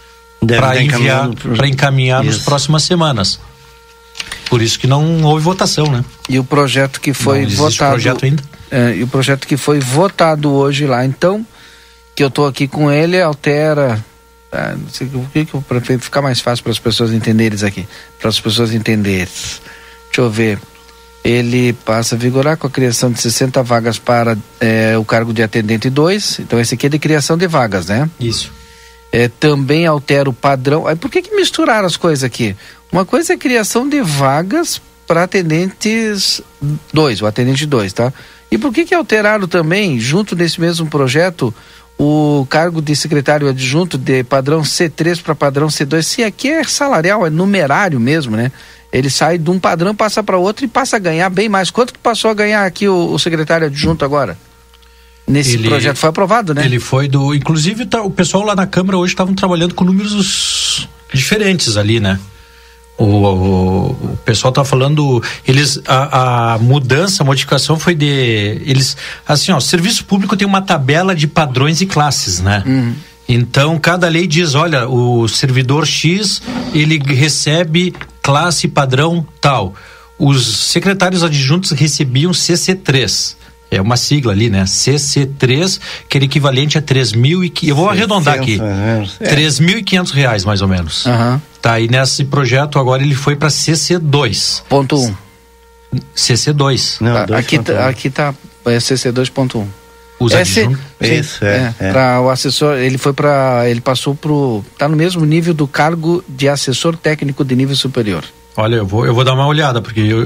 para encaminhar nas próximas semanas. Por isso que não houve votação, né? E o projeto que foi votado... projeto ainda? E o projeto que foi votado hoje lá, então, que eu estou aqui com ele, altera... não sei o que para ficar mais fácil para as pessoas entenderem isso aqui. Para as pessoas entenderem. Deixa eu ver. Ele passa a vigorar com a criação de 60 vagas para o cargo de atendente 2. Então, esse aqui é de criação de vagas, né? Isso. Também altera o padrão. Aí, por que misturaram as coisas aqui? Uma coisa é criação de vagas para atendentes 2, o atendente 2, tá? E por que alteraram também, junto desse mesmo projeto, o cargo de secretário adjunto de padrão C3 para padrão C2? Se aqui é salarial, é numerário mesmo, né? Ele sai de um padrão, passa para outro e passa a ganhar bem mais. Quanto que passou a ganhar aqui o secretário adjunto agora? Nesse projeto foi aprovado, né? Ele foi inclusive o pessoal lá na Câmara hoje estavam trabalhando com números diferentes ali, né? O pessoal tá falando, a mudança, a modificação foi o serviço público tem uma tabela de padrões e classes, né? Então, cada lei diz, olha, o servidor X, ele recebe classe padrão tal. Os secretários adjuntos recebiam CC3. É uma sigla ali, né? CC3, que era equivalente a 3.000 eu vou arredondar aqui. R$3.500 mais ou menos. Tá, e nesse projeto agora ele foi para CC2. Ponto 1. CC2. Não, aqui tá CC2.1. Os adjuntos? Isso, para o assessor, ele passou tá no mesmo nível do cargo de assessor técnico de nível superior. Olha, eu vou dar uma olhada, porque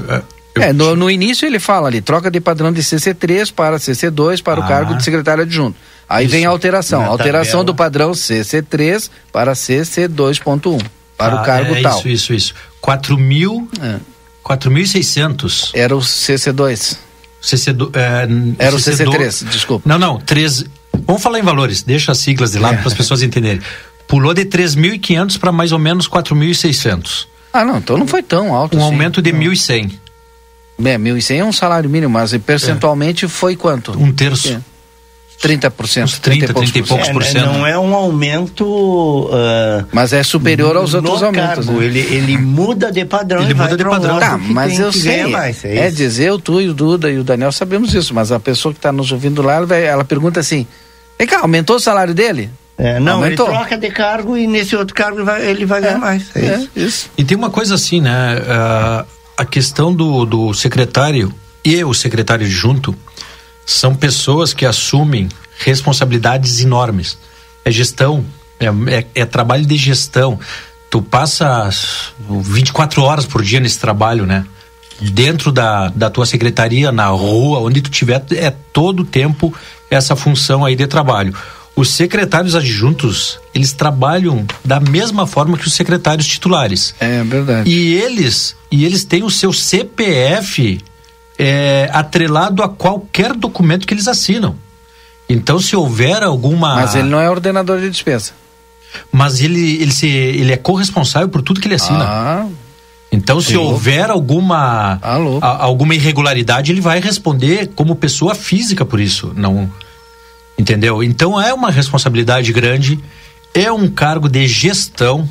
No início ele fala ali, troca de padrão de CC3 para CC2 para o cargo de secretário adjunto. Aí vem a alteração. Alteração do padrão CC3 para CC2.1. Para o cargo tal. Isso. 4.600. Era o CC2. Era o CC3, desculpa. Não, 3. Vamos falar em valores, deixa as siglas de lado para as pessoas entenderem. Pulou de 3.500 para mais ou menos 4.600. Não, então não foi tão alto assim. Aumento de 1.100. 1.100 é um salário mínimo, mas percentualmente foi quanto? Um terço. 30%. Uns 30 e poucos por cento. Não é um aumento... mas é superior aos outros aumentos. Né? Ele muda de padrão. Ele muda de padrão. Mas eu sei. Dizer, eu, tu e o Duda e o Daniel sabemos isso, mas a pessoa que está nos ouvindo lá, ela pergunta assim, vem cá, aumentou o salário dele? Aumentou. Ele troca de cargo e nesse outro cargo ele vai ganhar mais. Isso. E tem uma coisa assim, né? A questão do secretário e o secretário adjunto são pessoas que assumem responsabilidades enormes. É gestão, é trabalho de gestão. Tu passa 24 horas por dia nesse trabalho, né? Dentro da tua secretaria, na rua, onde tu tiver, é todo o tempo essa função aí de trabalho. Os secretários adjuntos, eles trabalham da mesma forma que os secretários titulares. É verdade. E eles têm o seu CPF atrelado a qualquer documento que eles assinam. Então, se houver alguma... Mas ele não é ordenador de despesa. Mas ele é corresponsável por tudo que ele assina. Então, se houver alguma irregularidade, ele vai responder como pessoa física por isso. Não... Entendeu? Então é uma responsabilidade grande, é um cargo de gestão,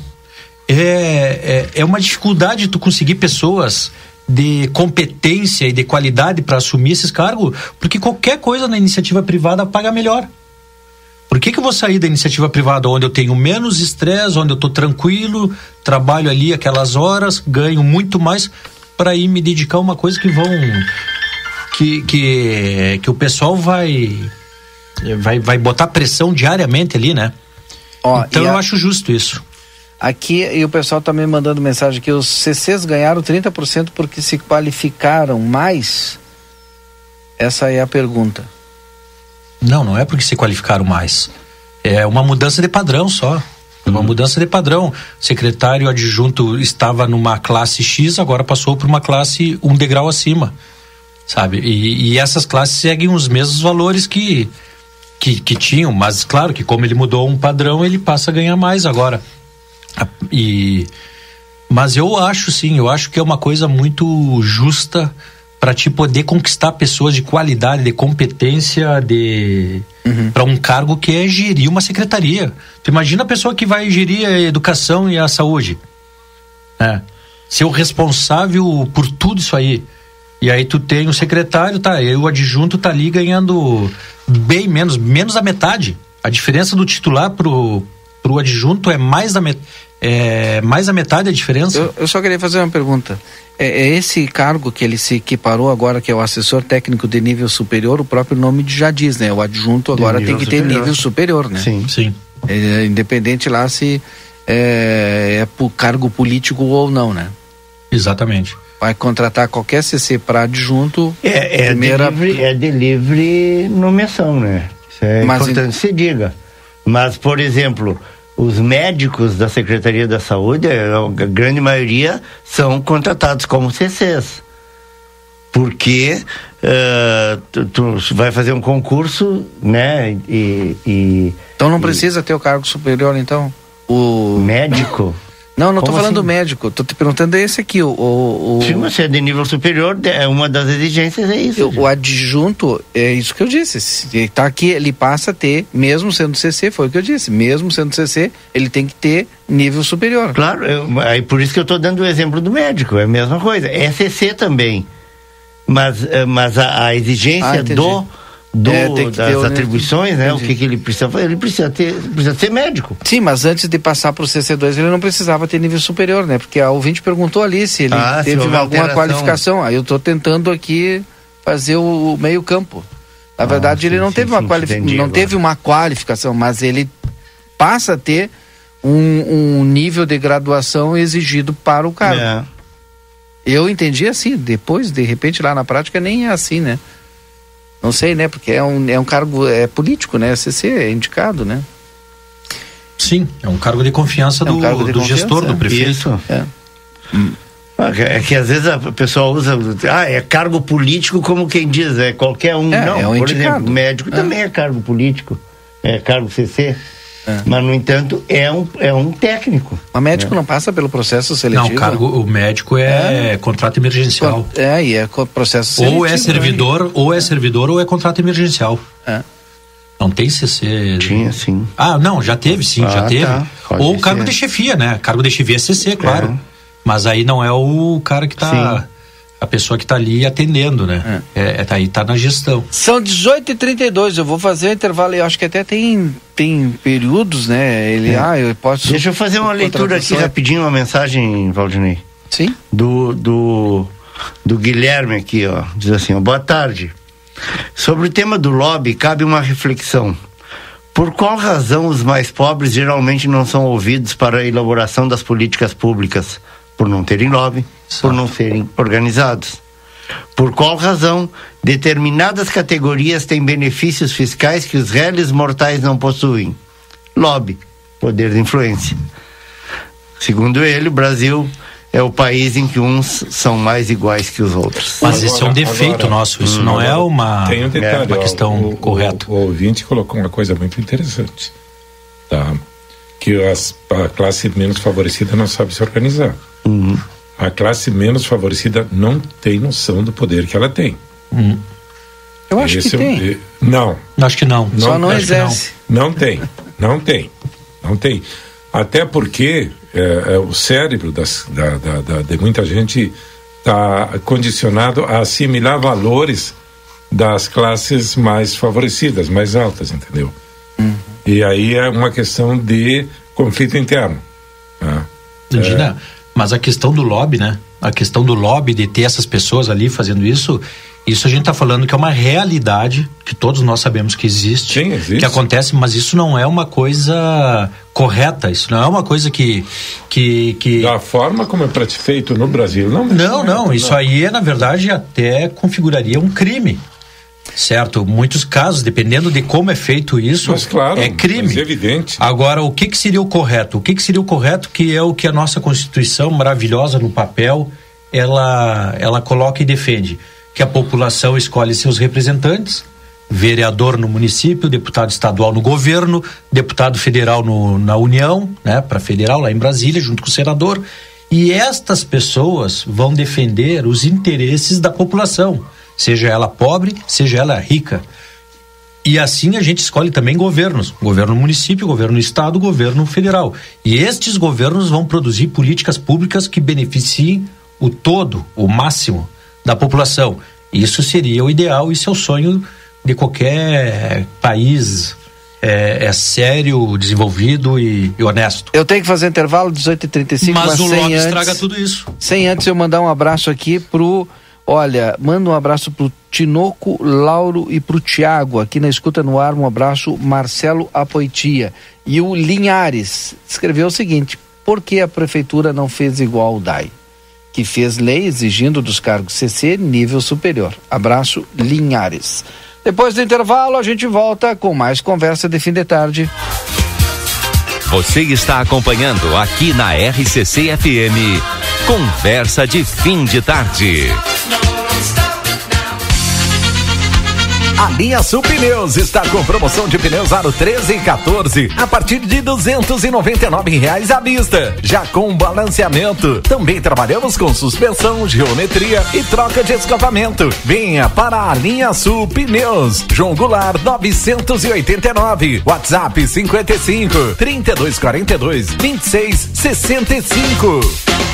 é uma dificuldade tu conseguir pessoas de competência e de qualidade para assumir esses cargos, porque qualquer coisa na iniciativa privada paga melhor. Por que eu vou sair da iniciativa privada onde eu tenho menos estresse, onde eu estou tranquilo, trabalho ali aquelas horas, ganho muito mais para ir me dedicar a uma coisa que o pessoal vai botar pressão diariamente ali, né? Então eu acho justo isso. Aqui, e o pessoal tá me mandando mensagem que os CCs ganharam 30% porque se qualificaram mais? Essa é a pergunta. Não é porque se qualificaram mais. É uma mudança de padrão só. É uma mudança de padrão. Secretário adjunto estava numa classe X, agora passou para uma classe um degrau acima, sabe? E essas classes seguem os mesmos valores que tinham, mas claro que como ele mudou um padrão, ele passa a ganhar mais agora. Mas eu acho que é uma coisa muito justa para te poder conquistar pessoas de qualidade, de competência, para um cargo que é gerir uma secretaria. Tu imagina a pessoa que vai gerir a educação e a saúde, ser o responsável por tudo isso aí. E aí tu tem o secretário, o adjunto tá ali ganhando bem menos da metade. A diferença do titular pro adjunto é mais da metade a diferença. Eu só queria fazer uma pergunta. É esse cargo que ele se equiparou agora, que é o assessor técnico de nível superior, o próprio nome já diz, né? O adjunto agora tem que ter nível superior, né? Sim. Independente lá se é por cargo político ou não, né? Exatamente. Vai contratar qualquer CC para adjunto. É de livre nomeação, né? Isso é importante que se diga. Mas, por exemplo, os médicos da Secretaria da Saúde, a grande maioria, são contratados como CCs. Porque tu vai fazer um concurso, né? Então não precisa ter o cargo superior, então? O médico? Não tô falando do médico, tô te perguntando esse aqui, Se você é de nível superior, uma das exigências é isso. O adjunto, é isso que eu disse, se tá aqui, ele passa a ter, mesmo sendo CC, foi o que eu disse, mesmo sendo CC, ele tem que ter nível superior. Claro, aí por isso que eu tô dando o exemplo do médico, é a mesma coisa, é CC também, mas a exigência das atribuições, né? Entendi. O que ele precisa fazer? Ele precisa ser médico. Sim, mas antes de passar para o CC2 ele não precisava ter nível superior, né? Porque a ouvinte perguntou ali se ele teve alguma qualificação. Aí eu estou tentando aqui fazer o meio campo. Na verdade, ele não teve uma qualificação, mas ele passa a ter um nível de graduação exigido para o cargo. Eu entendi assim, depois, de repente, lá na prática nem é assim, né? Não sei, né? Porque é um cargo político, né? CC é indicado, né? Sim, é um cargo de confiança do gestor, do prefeito. Isso. É que às vezes a pessoa usa, é cargo político, como quem diz, é qualquer um. Não, por exemplo, médico também é cargo político, é cargo CC. Mas, no entanto, é um técnico. O médico não passa pelo processo seletivo? Não, o médico é contrato emergencial. E é processo seletivo. Ou é servidor, ou é contrato emergencial. Não tem CC? Tinha, sim. Não, já teve, sim, já teve. Ou cargo de chefia, né? Cargo de chefia é CC, claro. Mas aí não é o cara que tá... Sim. A pessoa que está ali atendendo, né? Aí tá na gestão. São 18h32, eu vou fazer o intervalo, eu acho que até tem períodos, né? Eu posso... Deixa eu fazer uma leitura aqui rapidinho, uma mensagem, Valdinei. Sim. Do Guilherme aqui, ó. Diz assim, boa tarde. Sobre o tema do lobby, cabe uma reflexão. Por qual razão os mais pobres geralmente não são ouvidos para a elaboração das políticas públicas? Por não terem lobby, por não serem organizados. Por qual razão determinadas categorias têm benefícios fiscais que os réis mortais não possuem? Lobby, poder de influência. Segundo ele, o Brasil é o país em que uns são mais iguais que os outros. Mas esse é um defeito nosso, isso não é uma, tem um detalhe, uma questão correta. O ouvinte colocou uma coisa muito interessante, tá? Que a classe menos favorecida não sabe se organizar. A classe menos favorecida não tem noção do poder que ela tem. Eu acho que tem. Não. Acho que não. Só não exerce. Não tem. Até porque o cérebro de muita gente está condicionado a assimilar valores das classes mais favorecidas, mais altas, entendeu? E aí é uma questão de conflito interno. Mas a questão do lobby, né? A questão do lobby, de ter essas pessoas ali fazendo isso a gente está falando que é uma realidade que todos nós sabemos que existe. Sim, existe. Que acontece, mas isso não é uma coisa correta, isso não é uma coisa que... Da forma como é feito no Brasil, não. Isso aí na verdade até configuraria um crime. Certo, muitos casos, dependendo de como é feito isso, mas, claro, é crime. Mas é evidente. Agora, o que seria o correto? O que seria o correto, que é o que a nossa Constituição, maravilhosa no papel, ela coloca e defende. Que a população escolhe seus representantes, vereador no município, deputado estadual no governo, deputado federal na União, né, para federal lá em Brasília, junto com o senador, e estas pessoas vão defender os interesses da população, seja ela pobre, seja ela rica. E assim a gente escolhe também governos, governo município, governo estado, governo federal. E estes governos vão produzir políticas públicas que beneficiem o todo, o máximo da população. Isso seria o ideal, isso é o sonho de qualquer país sério, desenvolvido e honesto. Eu tenho que fazer intervalo, 18h35, mas o lobby estraga tudo isso. Sem antes eu mandar um abraço aqui manda um abraço pro Tinoco, Lauro e pro Tiago, aqui na Escuta no Ar, um abraço, Marcelo Apoitia. E o Linhares escreveu o seguinte: por que a prefeitura não fez igual o DAI, que fez lei exigindo dos cargos CC nível superior? Abraço, Linhares. Depois do intervalo a gente volta com mais conversa de fim de tarde. Você está acompanhando aqui na RCC FM, Conversa de Fim de Tarde. A linha Sul Pneus está com promoção de pneus aro 13 e 14 a partir de R$ 299 à vista, já com balanceamento. Também trabalhamos com suspensão, geometria e troca de escapamento. Venha para a linha Sul Pneus, João Goulart 989, WhatsApp 55 3242 2665.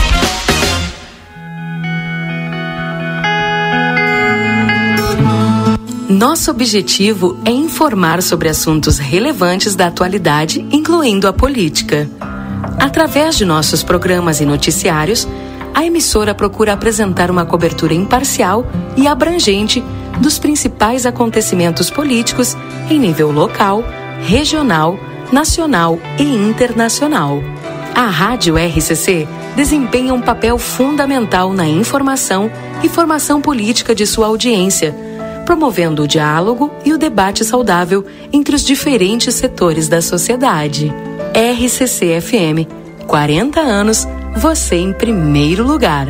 Nosso objetivo é informar sobre assuntos relevantes da atualidade, incluindo a política. Através de nossos programas e noticiários, a emissora procura apresentar uma cobertura imparcial e abrangente dos principais acontecimentos políticos em nível local, regional, nacional e internacional. A Rádio RCC desempenha um papel fundamental na informação e formação política de sua audiência, promovendo o diálogo e o debate saudável entre os diferentes setores da sociedade. RCC-FM, 40 anos, você em primeiro lugar.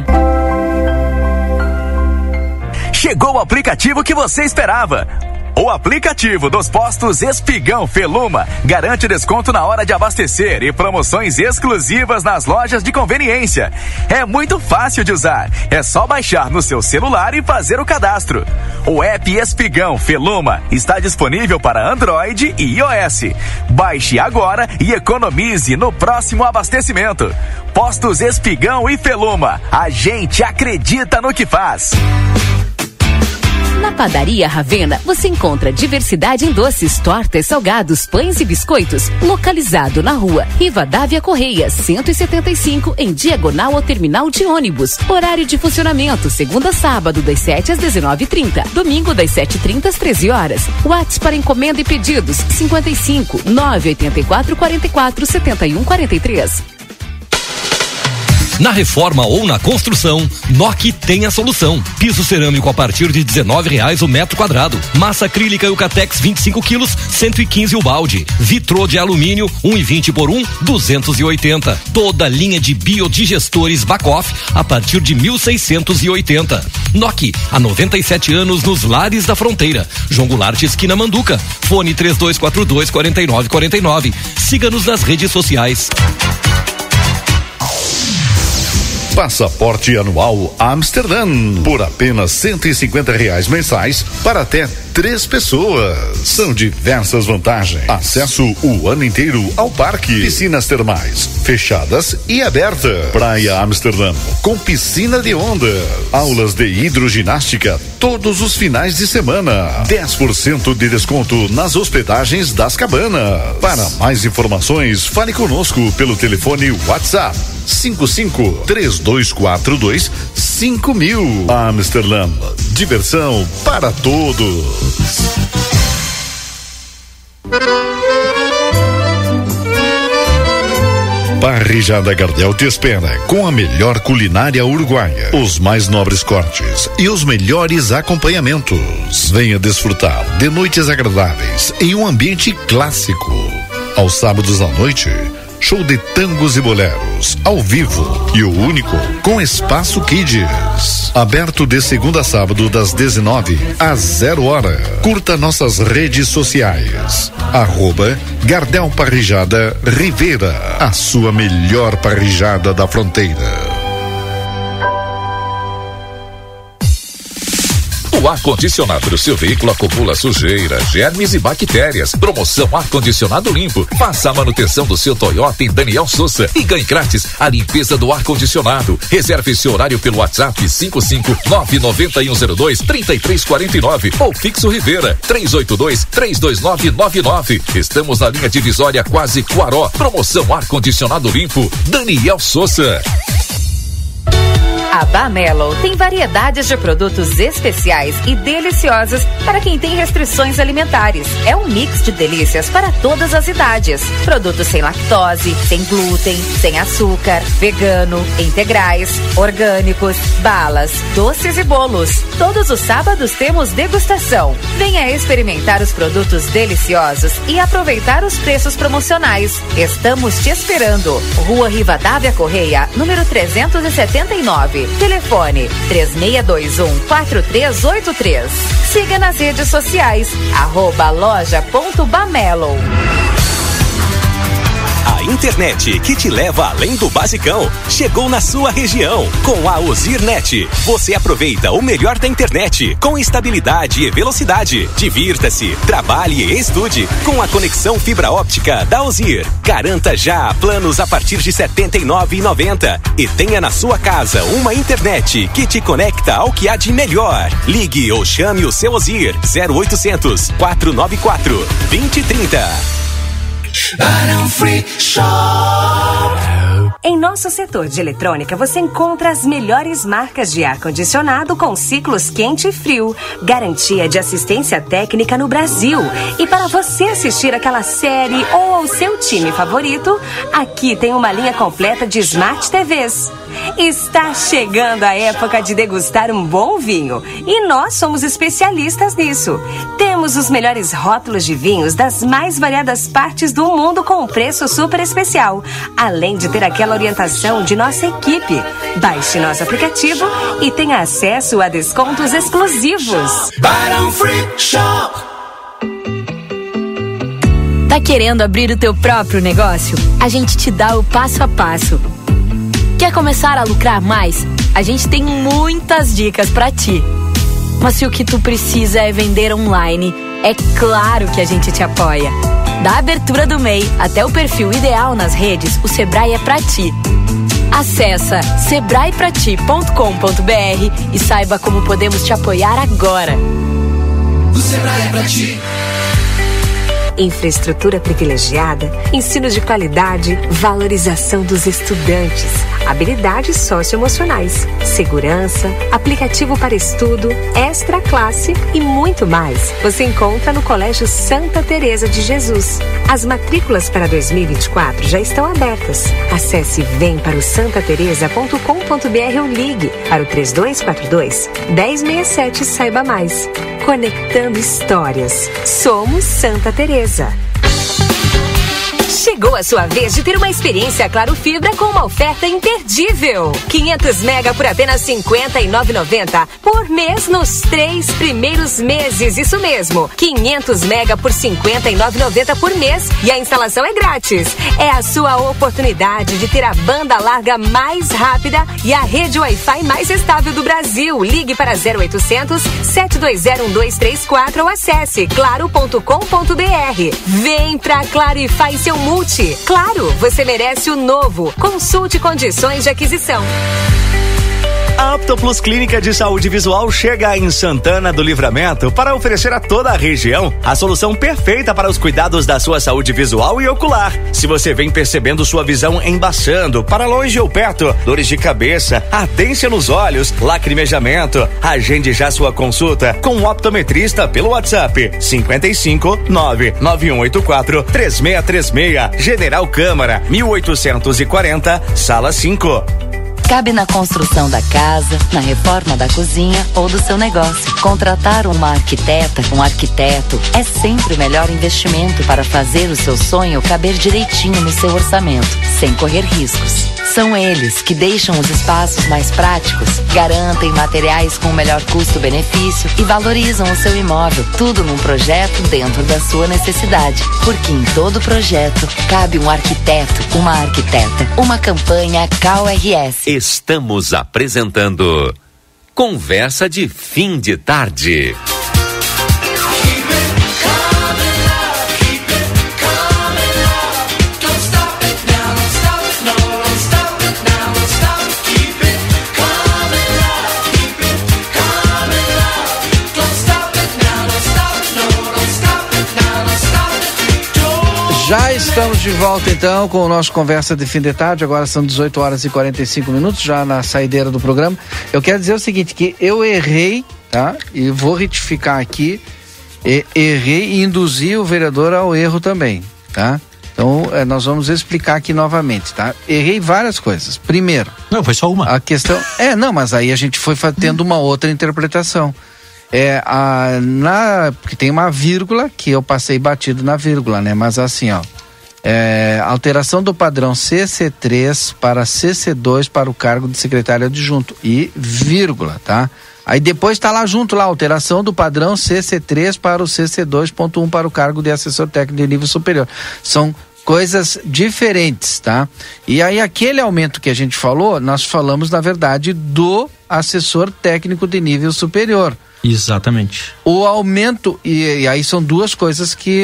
Chegou o aplicativo que você esperava. O aplicativo dos postos Espigão Feluma garante desconto na hora de abastecer e promoções exclusivas nas lojas de conveniência. É muito fácil de usar. É só baixar no seu celular e fazer o cadastro. O app Espigão Feluma está disponível para Android e iOS. Baixe agora e economize no próximo abastecimento. Postos Espigão e Feluma. A gente acredita no que faz. Na Padaria Ravena, você encontra diversidade em doces, tortas, salgados, pães e biscoitos. Localizado na rua Rivadavia Correia, 175, em diagonal ao terminal de ônibus. Horário de funcionamento, segunda a sábado, das 7 às 19h30. Domingo, das 7h30 às 13 horas. WhatsApp para encomenda e pedidos, 55 984 44 71 43. Na reforma ou na construção, NOC tem a solução. Piso cerâmico a partir de R$19 o metro quadrado. Massa acrílica Eucatex 25 quilos, 115 o balde. Vitrô de alumínio 1,20 por 1, 280. Toda linha de biodigestores Bacoff a partir de 1.680. NOC, há 97 anos nos lares da fronteira. João Goulart, esquina Manduca. Fone 3242-4949. Siga-nos nas redes sociais. Passaporte anual Amsterdã por apenas R$150 mensais para até 3 pessoas. São diversas vantagens. Acesso o ano inteiro ao parque, piscinas termais fechadas e abertas. Praia Amsterdã com piscina de onda, aulas de hidroginástica todos os finais de semana. 10% de desconto nas hospedagens das cabanas. Para mais informações, fale conosco pelo telefone WhatsApp 55-3242-5000. Amsterdã, diversão para todos. Parrijada Gardel te espera com a melhor culinária uruguaia, os mais nobres cortes e os melhores acompanhamentos. Venha desfrutar de noites agradáveis em um ambiente clássico. Aos sábados à noite, show de tangos e boleros, ao vivo e o único com espaço Kids. Aberto de segunda a sábado das 19 às 0 hora. Curta nossas redes sociais. @Gardel Parrijada Rivera, a sua melhor parrijada da fronteira. O ar-condicionado do seu veículo acumula sujeira, germes e bactérias. Promoção ar-condicionado limpo. Faça a manutenção do seu Toyota em Daniel Sousa e ganhe grátis a limpeza do ar-condicionado. Reserve seu horário pelo WhatsApp 55991023349 ou fixo Rivera 382-32999. Estamos na linha divisória Quase Cuaró. Promoção ar-condicionado limpo. Daniel Sousa. A Bamelo tem variedades de produtos especiais e deliciosos para quem tem restrições alimentares. É um mix de delícias para todas as idades. Produtos sem lactose, sem glúten, sem açúcar, vegano, integrais, orgânicos, balas, doces e bolos. Todos os sábados temos degustação. Venha experimentar os produtos deliciosos e aproveitar os preços promocionais. Estamos te esperando. Rua Rivadavia Correia, número 379. Telefone 3621-4383. Siga nas redes sociais @loja.bamelo. A internet que te leva além do basicão chegou na sua região. Com a Ozirnet, você aproveita o melhor da internet com estabilidade e velocidade. Divirta-se, trabalhe e estude com a conexão fibra óptica da Ozir. Garanta já planos a partir de R$ 79,90 e tenha na sua casa uma internet que te conecta ao que há de melhor. Ligue ou chame o seu Ozir 0800 494 2030. Barão Free Shop. Em nosso setor de eletrônica, você encontra as melhores marcas de ar-condicionado com ciclos quente e frio, garantia de assistência técnica no Brasil. E para você assistir aquela série ou ao seu time favorito, aqui tem uma linha completa de Smart TVs. Está chegando a época de degustar um bom vinho e nós somos especialistas nisso. Temos os melhores rótulos de vinhos das mais variadas partes do mundo com um preço super especial, além de ter aquela orientação de nossa equipe. Baixe nosso aplicativo e tenha acesso a descontos exclusivos. Barão Free Shop. Tá querendo abrir o teu próprio negócio? A gente te dá o passo a passo. Quer começar a lucrar mais? A gente tem muitas dicas pra ti. Mas se o que tu precisa é vender online, é claro que a gente te apoia. Da abertura do MEI até o perfil ideal nas redes, o Sebrae é pra ti. Acessa sebraeprati.com.br e saiba como podemos te apoiar agora. O Sebrae é pra ti. Infraestrutura privilegiada, ensino de qualidade, valorização dos estudantes, habilidades socioemocionais, segurança, aplicativo para estudo, extra classe e muito mais. Você encontra no Colégio Santa Teresa de Jesus. As matrículas para 2024 já estão abertas. Acesse vemparaosantateresa.com.br ou ligue para o 3242-1067 e saiba mais. Conectando histórias. Somos Santa Teresa. Chegou a sua vez de ter uma experiência Claro Fibra com uma oferta imperdível. 500 mega por apenas R$ 59,90 por mês nos 3 primeiros meses. Isso mesmo, 500 mega por R$ 59,90 por mês e a instalação é grátis. É a sua oportunidade de ter a banda larga mais rápida e a rede Wi-Fi mais estável do Brasil. Ligue para 0800 720 1234 ou acesse claro.com.br. Vem pra Claro e faz seu multi. Claro, você merece o novo. Consulte condições de aquisição. A Optoplus Clínica de Saúde Visual chega em Santana do Livramento para oferecer a toda a região a solução perfeita para os cuidados da sua saúde visual e ocular. Se você vem percebendo sua visão embaçando, para longe ou perto, dores de cabeça, ardência nos olhos, lacrimejamento, agende já sua consulta com um optometrista pelo WhatsApp 55 99184 3636, General Câmara 1840, Sala 5. Cabe na construção da casa, na reforma da cozinha ou do seu negócio. Contratar uma arquiteta, um arquiteto, é sempre o melhor investimento para fazer o seu sonho caber direitinho no seu orçamento, sem correr riscos. São eles que deixam os espaços mais práticos, garantem materiais com o melhor custo-benefício e valorizam o seu imóvel. Tudo num projeto dentro da sua necessidade. Porque em todo projeto cabe um arquiteto, uma arquiteta. Uma campanha CAURS. Estamos apresentando Conversa de Fim de Tarde. Já estamos de volta então com o nosso Conversa de Fim de Tarde. Agora são 18 horas e 45 minutos, já na saideira do programa. Eu quero dizer o seguinte, que eu errei, tá? E vou retificar aqui, errei e induzi o vereador ao erro também, tá? Então, nós vamos explicar aqui novamente, tá? Errei várias coisas. Primeiro... Não, foi só uma. A questão... não, mas aí a gente foi tendo uma outra interpretação. Porque tem uma vírgula que eu passei batido na vírgula, né? Mas assim, ó, alteração do padrão CC3 para CC2 para o cargo de secretário adjunto e vírgula, tá? Aí depois tá lá junto, lá, alteração do padrão CC3 para o CC2.1 para o cargo de assessor técnico de nível superior. São coisas diferentes, tá? E aí aquele aumento que a gente falou, nós falamos na verdade do assessor técnico de nível superior. Exatamente. O aumento, e aí são duas coisas que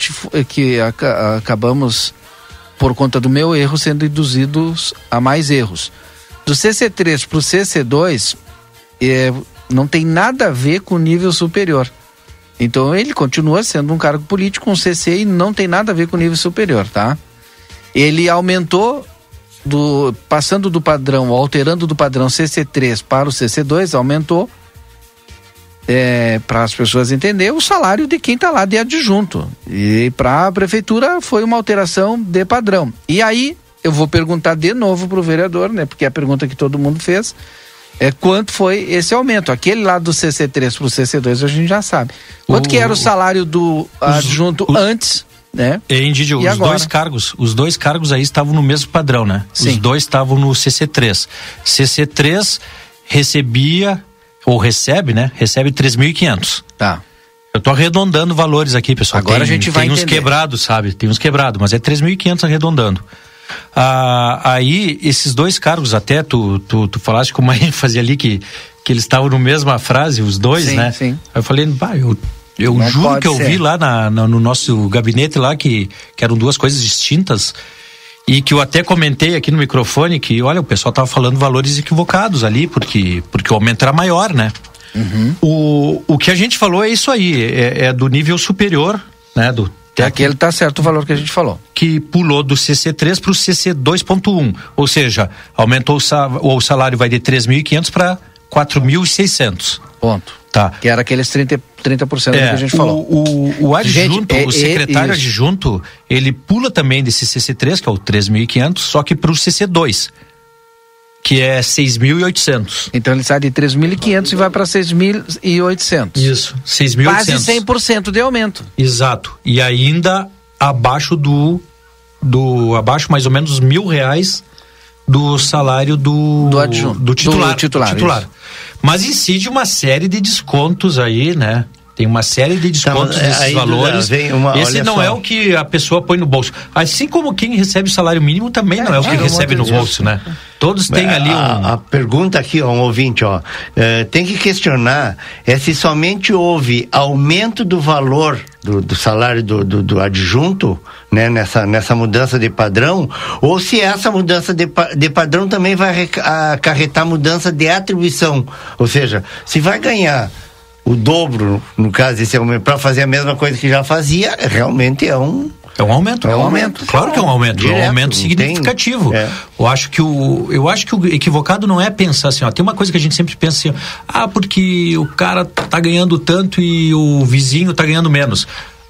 acabamos, por conta do meu erro, sendo induzidos a mais erros. Do CC3 para o CC2, não tem nada a ver com o nível superior. Então ele continua sendo um cargo político, um CC, e não tem nada a ver com o nível superior, tá? Ele aumentou passando do padrão, alterando do padrão CC3 para o CC2, aumentou, para as pessoas entenderem, o salário de quem está lá de adjunto. E para a prefeitura foi uma alteração de padrão. E aí eu vou perguntar de novo para o vereador, né? Porque é a pergunta que todo mundo fez, quanto foi esse aumento? Aquele lá do CC3 para o CC2 a gente já sabe. Quanto que era o salário do adjunto antes, né? Didio, os dois cargos aí estavam no mesmo padrão, né? Sim. Os dois estavam no CC3. CC3 recebia, ou recebe, né? Recebe 3.500. Tá. Eu tô arredondando valores aqui, pessoal. Agora a gente vai entender. Tem uns quebrados, sabe? Tem uns quebrados, mas é 3.500 arredondando. Aí, esses dois cargos, até tu falaste com uma ênfase ali que eles estavam na mesma frase, os dois, sim, né? Sim. Aí eu falei, eu juro que eu vi lá no nosso gabinete lá que eram duas coisas distintas e que eu até comentei aqui no microfone que, olha, o pessoal tava falando valores equivocados ali, porque o aumento era maior, né? Uhum. O que a gente falou é isso aí, é do nível superior, né? Aquele tá certo o valor que a gente falou. Que pulou do CC3 para o CC 2.1, ou seja, aumentou o salário, vai de 3.500 para 4.600. Ponto. Tá. Que era aqueles 30% que a gente falou. O adjunto, o secretário adjunto, ele pula também desse CC3, que é o 3.500, só que para o CC2, que é 6.800. Então ele sai de 3.500 e vai para 6.800. Isso, 6.800. Quase 100% de aumento. Exato. E ainda abaixo abaixo mais ou menos R$1.000 do salário do adjunto, do titular. Mas incide uma série de descontos aí, né? Tem uma série de descontos desses valores. Esse não é o que a pessoa põe no bolso. Assim como quem recebe salário mínimo também não é o que recebe no bolso, né? Todos têm ali A pergunta aqui, um ouvinte, tem que questionar se somente houve aumento do valor do salário do adjunto, né, nessa mudança de padrão, ou se essa mudança de padrão também vai acarretar mudança de atribuição. Ou seja, se vai ganhar o dobro, no caso, esse aumento, para fazer a mesma coisa que já fazia, realmente é um aumento. É um aumento. Claro que é um aumento. Direto, é um aumento significativo. Eu acho que o equivocado não é pensar assim, tem uma coisa que a gente sempre pensa assim, porque o cara tá ganhando tanto e o vizinho tá ganhando menos.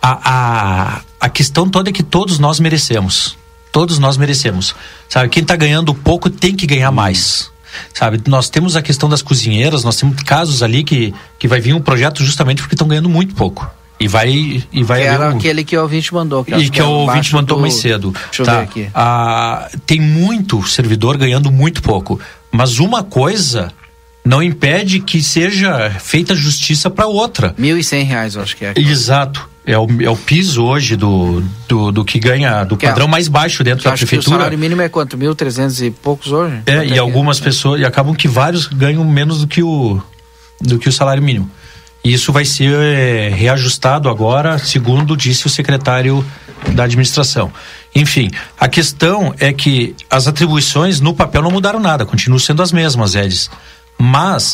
A questão toda é que todos nós merecemos. Todos nós merecemos. Sabe, quem tá ganhando pouco tem que ganhar mais. Sabe, nós temos a questão das cozinheiras, nós temos casos ali que vai vir um projeto justamente porque estão ganhando muito pouco. E vai era aquele que o ouvinte mandou. Que o ouvinte mandou mais cedo. Deixa eu ver aqui. Tem muito servidor ganhando muito pouco. Mas uma coisa não impede que seja feita justiça para outra. R$1.100, eu acho que é. Exato. É o piso hoje do que ganha, do padrão mais baixo dentro da prefeitura. Que o salário mínimo é quanto? 1.300 e poucos hoje? E algumas pessoas, e acabam que vários ganham menos do que o salário mínimo. E isso vai ser reajustado agora, segundo disse o secretário da administração. Enfim, a questão é que as atribuições no papel não mudaram nada, continuam sendo as mesmas, Edis. Mas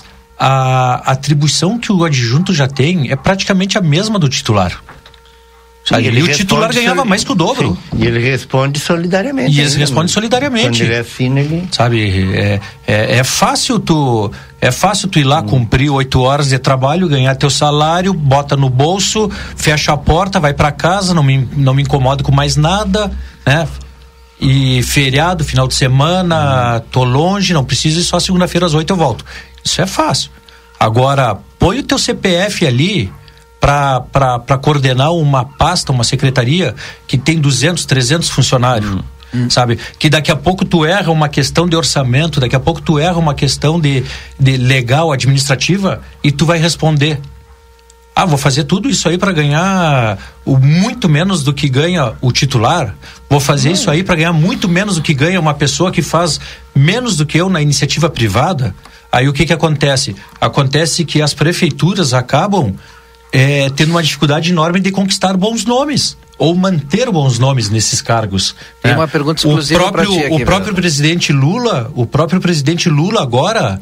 a atribuição que o adjunto já tem é praticamente a mesma do titular. Sabe? E o titular ganhava mais que o dobro. Sim. E ele responde solidariamente. Quando ele assina, ele... Sabe, é fácil tu ir lá cumprir 8 horas de trabalho, ganhar teu salário, bota no bolso, fecha a porta, vai pra casa, não me incomodo com mais nada, né? E feriado, final de semana, tô longe, não preciso ir, só segunda-feira às 8 eu volto. Isso é fácil. Agora, põe o teu CPF ali para coordenar uma pasta, uma secretaria que tem 200, 300 funcionários, sabe? Que daqui a pouco tu erra uma questão de orçamento, daqui a pouco tu erra uma questão de legal, administrativa, e tu vai responder. Vou fazer tudo isso aí para ganhar muito menos do que ganha o titular? Vou fazer isso aí para ganhar muito menos do que ganha uma pessoa que faz menos do que eu na iniciativa privada? Aí o que acontece? Acontece que as prefeituras acabam tendo uma dificuldade enorme de conquistar bons nomes ou manter bons nomes nesses cargos. Tem uma pergunta exclusiva para ti aqui, o próprio presidente Lula agora,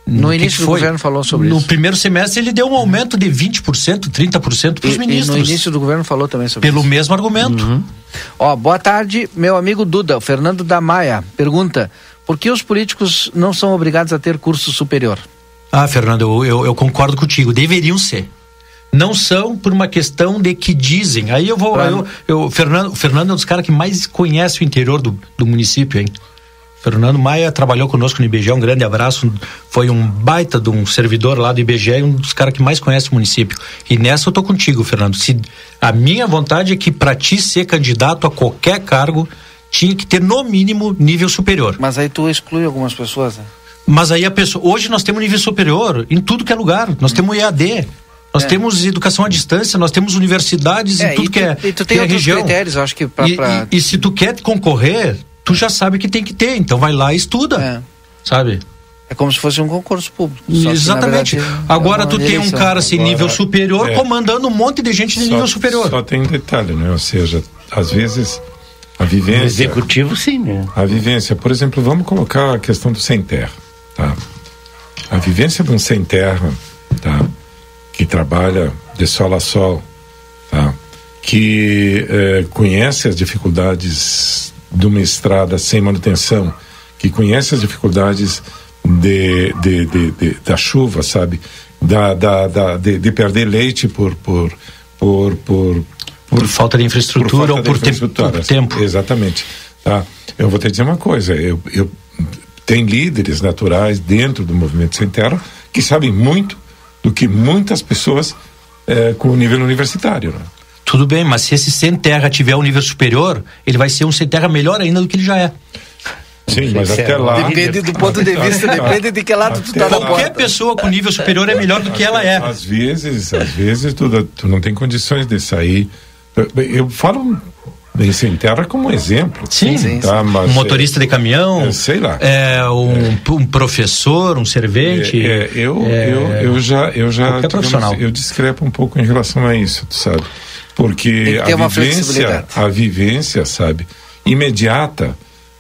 No início do governo falou sobre isso. No primeiro semestre ele deu um aumento de 20%, 30% para os ministros. E no início do governo falou também sobre isso. Pelo mesmo argumento. Boa tarde, meu amigo Duda. O Fernando da Maia pergunta: por que os políticos não são obrigados a ter curso superior? Fernando, eu concordo contigo. Deveriam ser. Não são por uma questão de que dizem. Aí o Fernando é um dos caras que mais conhece o interior do município, hein? Fernando Maia trabalhou conosco no IBGE, um grande abraço, foi um baita de um servidor lá do IBGE e um dos caras que mais conhece o município. E nessa eu tô contigo, Fernando. A minha vontade é que para ti ser candidato a qualquer cargo, tinha que ter no mínimo nível superior. Mas aí tu exclui algumas pessoas, né? Mas aí hoje nós temos nível superior em tudo que é lugar, nós temos EAD. Nós temos educação à distância, nós temos universidades em tudo que é região. E tu tem outros critérios, eu acho que E se tu quer concorrer, tu já sabe que tem que ter, então vai lá e estuda, sabe? É como se fosse um concurso público. Exatamente. Que, verdade, agora tu tem um cara sem nível superior comandando um monte de gente de nível superior. Só tem um detalhe, né? Ou seja, às vezes a vivência... No executivo, sim, né? A vivência, por exemplo, vamos colocar a questão do sem terra, tá? A vivência de um sem terra, tá? Que trabalha de sol a sol, tá? Que conhece as dificuldades de uma estrada sem manutenção, que conhece as dificuldades da chuva, sabe? De perder leite por falta de infraestrutura ou por tempo. Exatamente. Tá? Eu vou te dizer uma coisa, tem líderes naturais dentro do movimento sem terra que sabem muito do que muitas pessoas com o nível universitário, né? Tudo bem, mas se esse sem terra tiver um nível superior, ele vai ser um sem terra melhor ainda do que ele já é. Sim, mas até lá... Depende do ponto de vista, depende de que lado tu tá na porta. Qualquer pessoa com nível superior é melhor do que ela é. Às vezes tu não tem condições de sair. Eu falo bem sem terra como exemplo. Sim. Tá? Mas um motorista de caminhão, sei lá. Um professor, um servente. Eu já profissional. Eu discrepo um pouco em relação a isso, tu sabe? Porque a vivência, sabe, imediata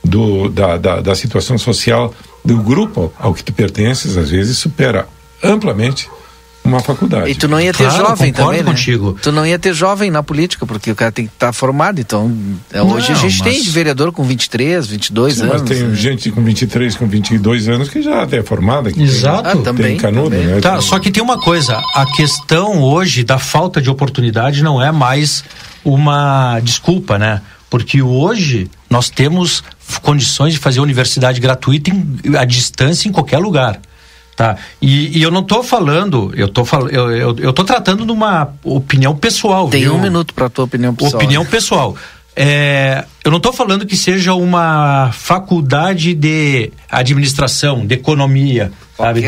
da situação social do grupo ao que tu pertences, às vezes supera amplamente uma faculdade. E tu não ia ter jovem também, né? Contigo. Tu não ia ter jovem na política, porque o cara tem que estar formado, então hoje a gente tem vereador com 23, 22 anos. Mas tem gente com 23, com 22 anos que já até é formada. Exato. Tem canudo, né? Tá, só que tem uma coisa, a questão hoje da falta de oportunidade não é mais uma desculpa, né? Porque hoje nós temos condições de fazer universidade gratuita à distância em qualquer lugar. Tá. E eu não estou falando, eu tô tratando de uma opinião pessoal. Tem um minuto para tua opinião pessoal. Opinião pessoal. Eu não estou falando que seja uma faculdade de administração, de economia, sabe?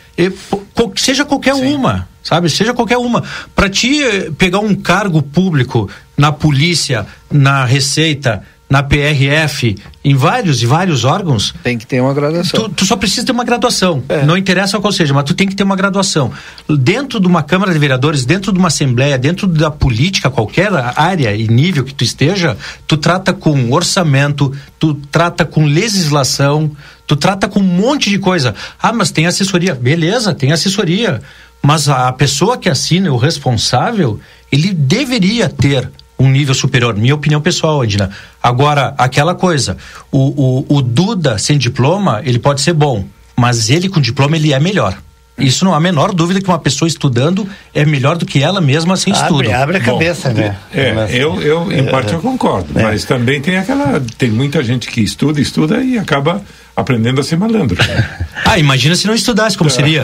Seja qualquer uma, sabe? Seja qualquer uma. Para ti pegar um cargo público na polícia, na Receita, na PRF, em vários órgãos, tem que ter uma graduação. Tu só precisa ter uma graduação. Não interessa qual seja, mas tu tem que ter uma graduação. Dentro de uma Câmara de Vereadores, dentro de uma Assembleia, dentro da política, qualquer área e nível que tu esteja, tu trata com orçamento, tu trata com legislação, tu trata com um monte de coisa. Mas tem assessoria. Beleza, tem assessoria. Mas a pessoa que assina, o responsável, ele deveria ter um nível superior, minha opinião pessoal, Edna. Agora, aquela coisa, o Duda sem diploma, ele pode ser bom, mas ele com diploma, ele é melhor. Isso não há a menor dúvida que uma pessoa estudando é melhor do que ela mesma sem estudo. Abre a cabeça, né? Eu em parte eu concordo, mas também tem muita gente que estuda e acaba aprendendo a ser malandro. Imagina se não estudasse, como seria?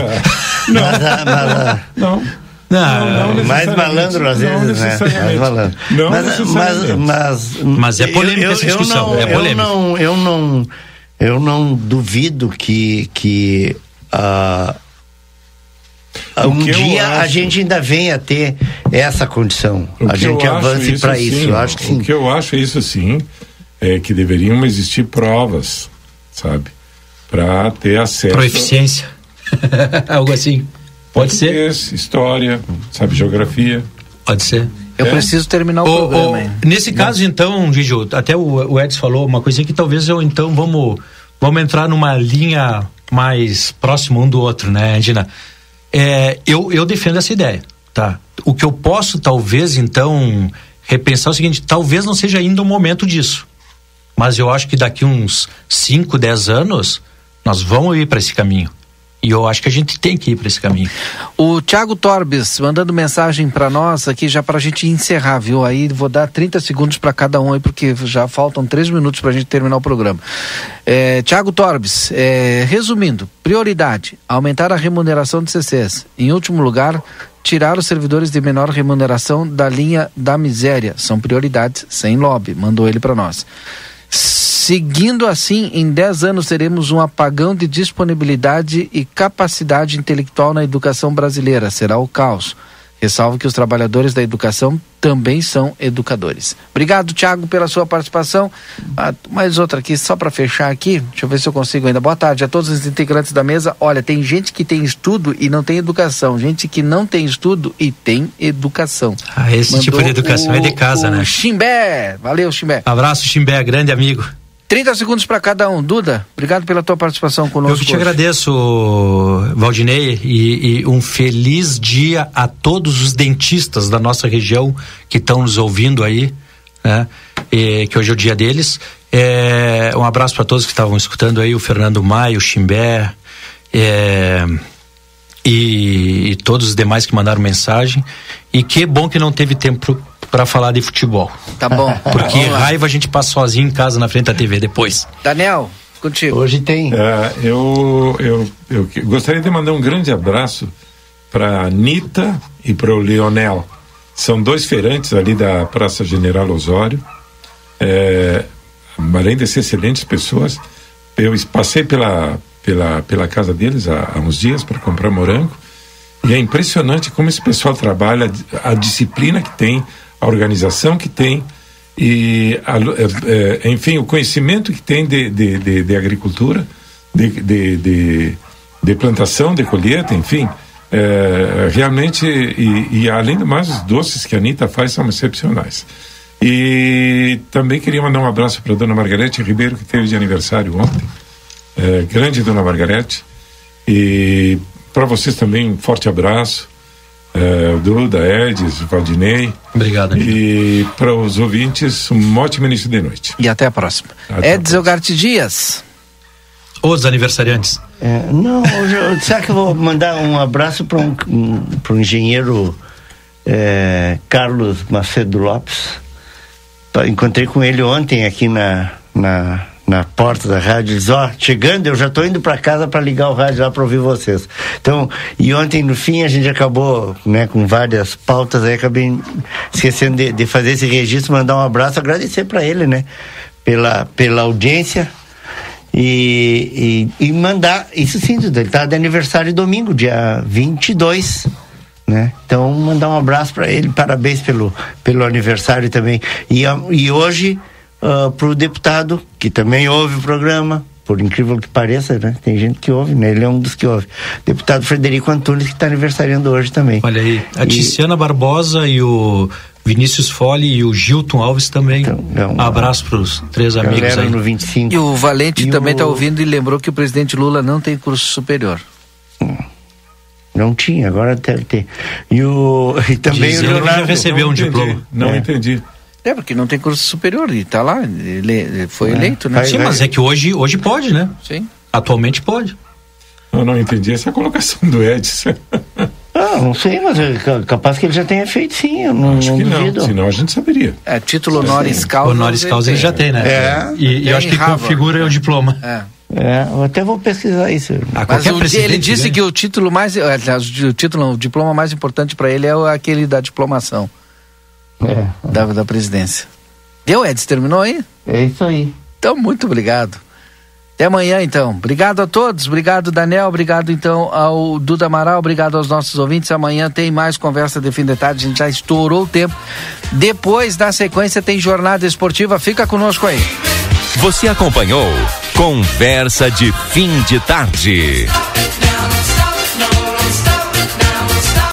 Não. Não, mais malandro às vezes, né? Mais malandro. Mas é polêmica essa discussão. Eu não duvido que um dia a gente ainda venha a ter essa condição. A gente avance para isso. Eu acho que sim. O que eu acho isso sim é que deveriam existir provas, sabe, para ter acesso. Proficiência, algo assim. Pode ser. História, sabe, geografia. Pode ser. Eu preciso terminar o programa. Nesse caso, então, Gigi, até o Edson falou uma coisinha que talvez vamos entrar numa linha mais próximo um do outro, né, Andina? Eu defendo essa ideia, tá? O que eu posso, talvez, então, repensar é o seguinte: talvez não seja ainda o momento disso, mas eu acho que daqui uns 5, 10 anos nós vamos ir para esse caminho. E eu acho que a gente tem que ir para esse caminho. O Thiago Torbes mandando mensagem para nós aqui, já para a gente encerrar, viu? Aí vou dar 30 segundos para cada um aí, porque já faltam 3 minutos para a gente terminar o programa. Thiago Torbes, resumindo, prioridade: aumentar a remuneração de CCs. Em último lugar, tirar os servidores de menor remuneração da linha da miséria. São prioridades sem lobby, mandou ele para nós. Seguindo assim, em 10 anos teremos um apagão de disponibilidade e capacidade intelectual na educação brasileira. Será o caos. Ressalvo que os trabalhadores da educação também são educadores. Obrigado, Thiago, pela sua participação. Mais outra aqui, só para fechar aqui. Deixa eu ver se eu consigo ainda. Boa tarde a todos os integrantes da mesa. Olha, tem gente que tem estudo e não tem educação. Gente que não tem estudo e tem educação. Esse tipo de educação é de casa, né? Chimbé. Valeu, Chimbé. Abraço, Chimbé, grande amigo. 30 segundos para cada um. Duda, obrigado pela tua participação conosco. Eu que te agradeço, Valdinei, e um feliz dia a todos os dentistas da nossa região que estão nos ouvindo aí, né? Que hoje é o dia deles. Um abraço para todos que estavam escutando aí, o Fernando Maia, o Chimbé, e todos os demais que mandaram mensagem. E que bom que não teve tempo para falar de futebol. Tá bom. Porque raiva a gente passa sozinho em casa na frente da TV depois. Daniel, contigo. Hoje tem. Eu gostaria de mandar um grande abraço para a Anitta e para o Leonel. São 2 feirantes ali da Praça General Osório. Além de ser excelentes pessoas, eu passei pela casa deles há uns dias para comprar morango. E é impressionante como esse pessoal trabalha, a disciplina que tem, a organização que tem e enfim, o conhecimento que tem de agricultura, de plantação, de colheita, enfim, realmente, e além do mais, os doces que a Anitta faz são excepcionais. E também queria mandar um abraço para a dona Margarete Ribeiro, que teve de aniversário ontem. Grande dona Margarete. E para vocês também um forte abraço. Duda, Edis, Valdinei. Obrigado, amigo. E para os ouvintes, um ótimo início de noite. E até a próxima. Edis Elgarte Dias. Os aniversariantes. Será que eu vou mandar um abraço para um engenheiro Carlos Macedo Lopes? Encontrei com ele ontem aqui na porta da rádio. Diz: chegando, eu já estou indo para casa para ligar o rádio lá para ouvir vocês. Então, e ontem no fim a gente acabou, né, com várias pautas aí, acabei esquecendo de fazer esse registro, mandar um abraço, agradecer para ele, né, pela audiência e mandar, isso sim, ele tá de aniversário domingo, dia 22, né? Então, mandar um abraço para ele, parabéns pelo aniversário também. E hoje para o deputado, que também ouve o programa, por incrível que pareça, né? Tem gente que ouve, né? Ele é um dos que ouve. Deputado Frederico Antunes, que está aniversariando hoje também. Olha aí, a Tiziana Barbosa e o Vinícius Fole e o Gilton Alves também. Então, abraço para os 3 amigos aí. No 25. E o Valente também está ouvindo e lembrou que o presidente Lula não tem curso superior. Não tinha, agora deve ter. E também o Leonardo já recebeu um diploma. Não entendi. Porque não tem curso superior e tá lá, ele foi eleito, né? Sim, mas é que hoje pode, né? Sim. Atualmente pode. Eu não entendi essa colocação do Edson. Não sei, mas capaz que ele já tenha feito, sim. Eu não duvido. Não, senão a gente saberia. Título honoris causa. Honoris causa ele já tem, né? E eu acho que configura o diploma. Eu até vou pesquisar isso. Mas ele disse que o título o diploma mais importante para ele é aquele da diplomação. Da presidência. Deu, Edson? Terminou aí? É isso aí. Então, muito obrigado. Até amanhã, então. Obrigado a todos. Obrigado, Daniel. Obrigado, então, ao Duda Amaral. Obrigado aos nossos ouvintes. Amanhã tem mais Conversa de Fim de Tarde. A gente já estourou o tempo. Depois, na sequência, tem Jornada Esportiva. Fica conosco aí. Você acompanhou Conversa de Fim de Tarde.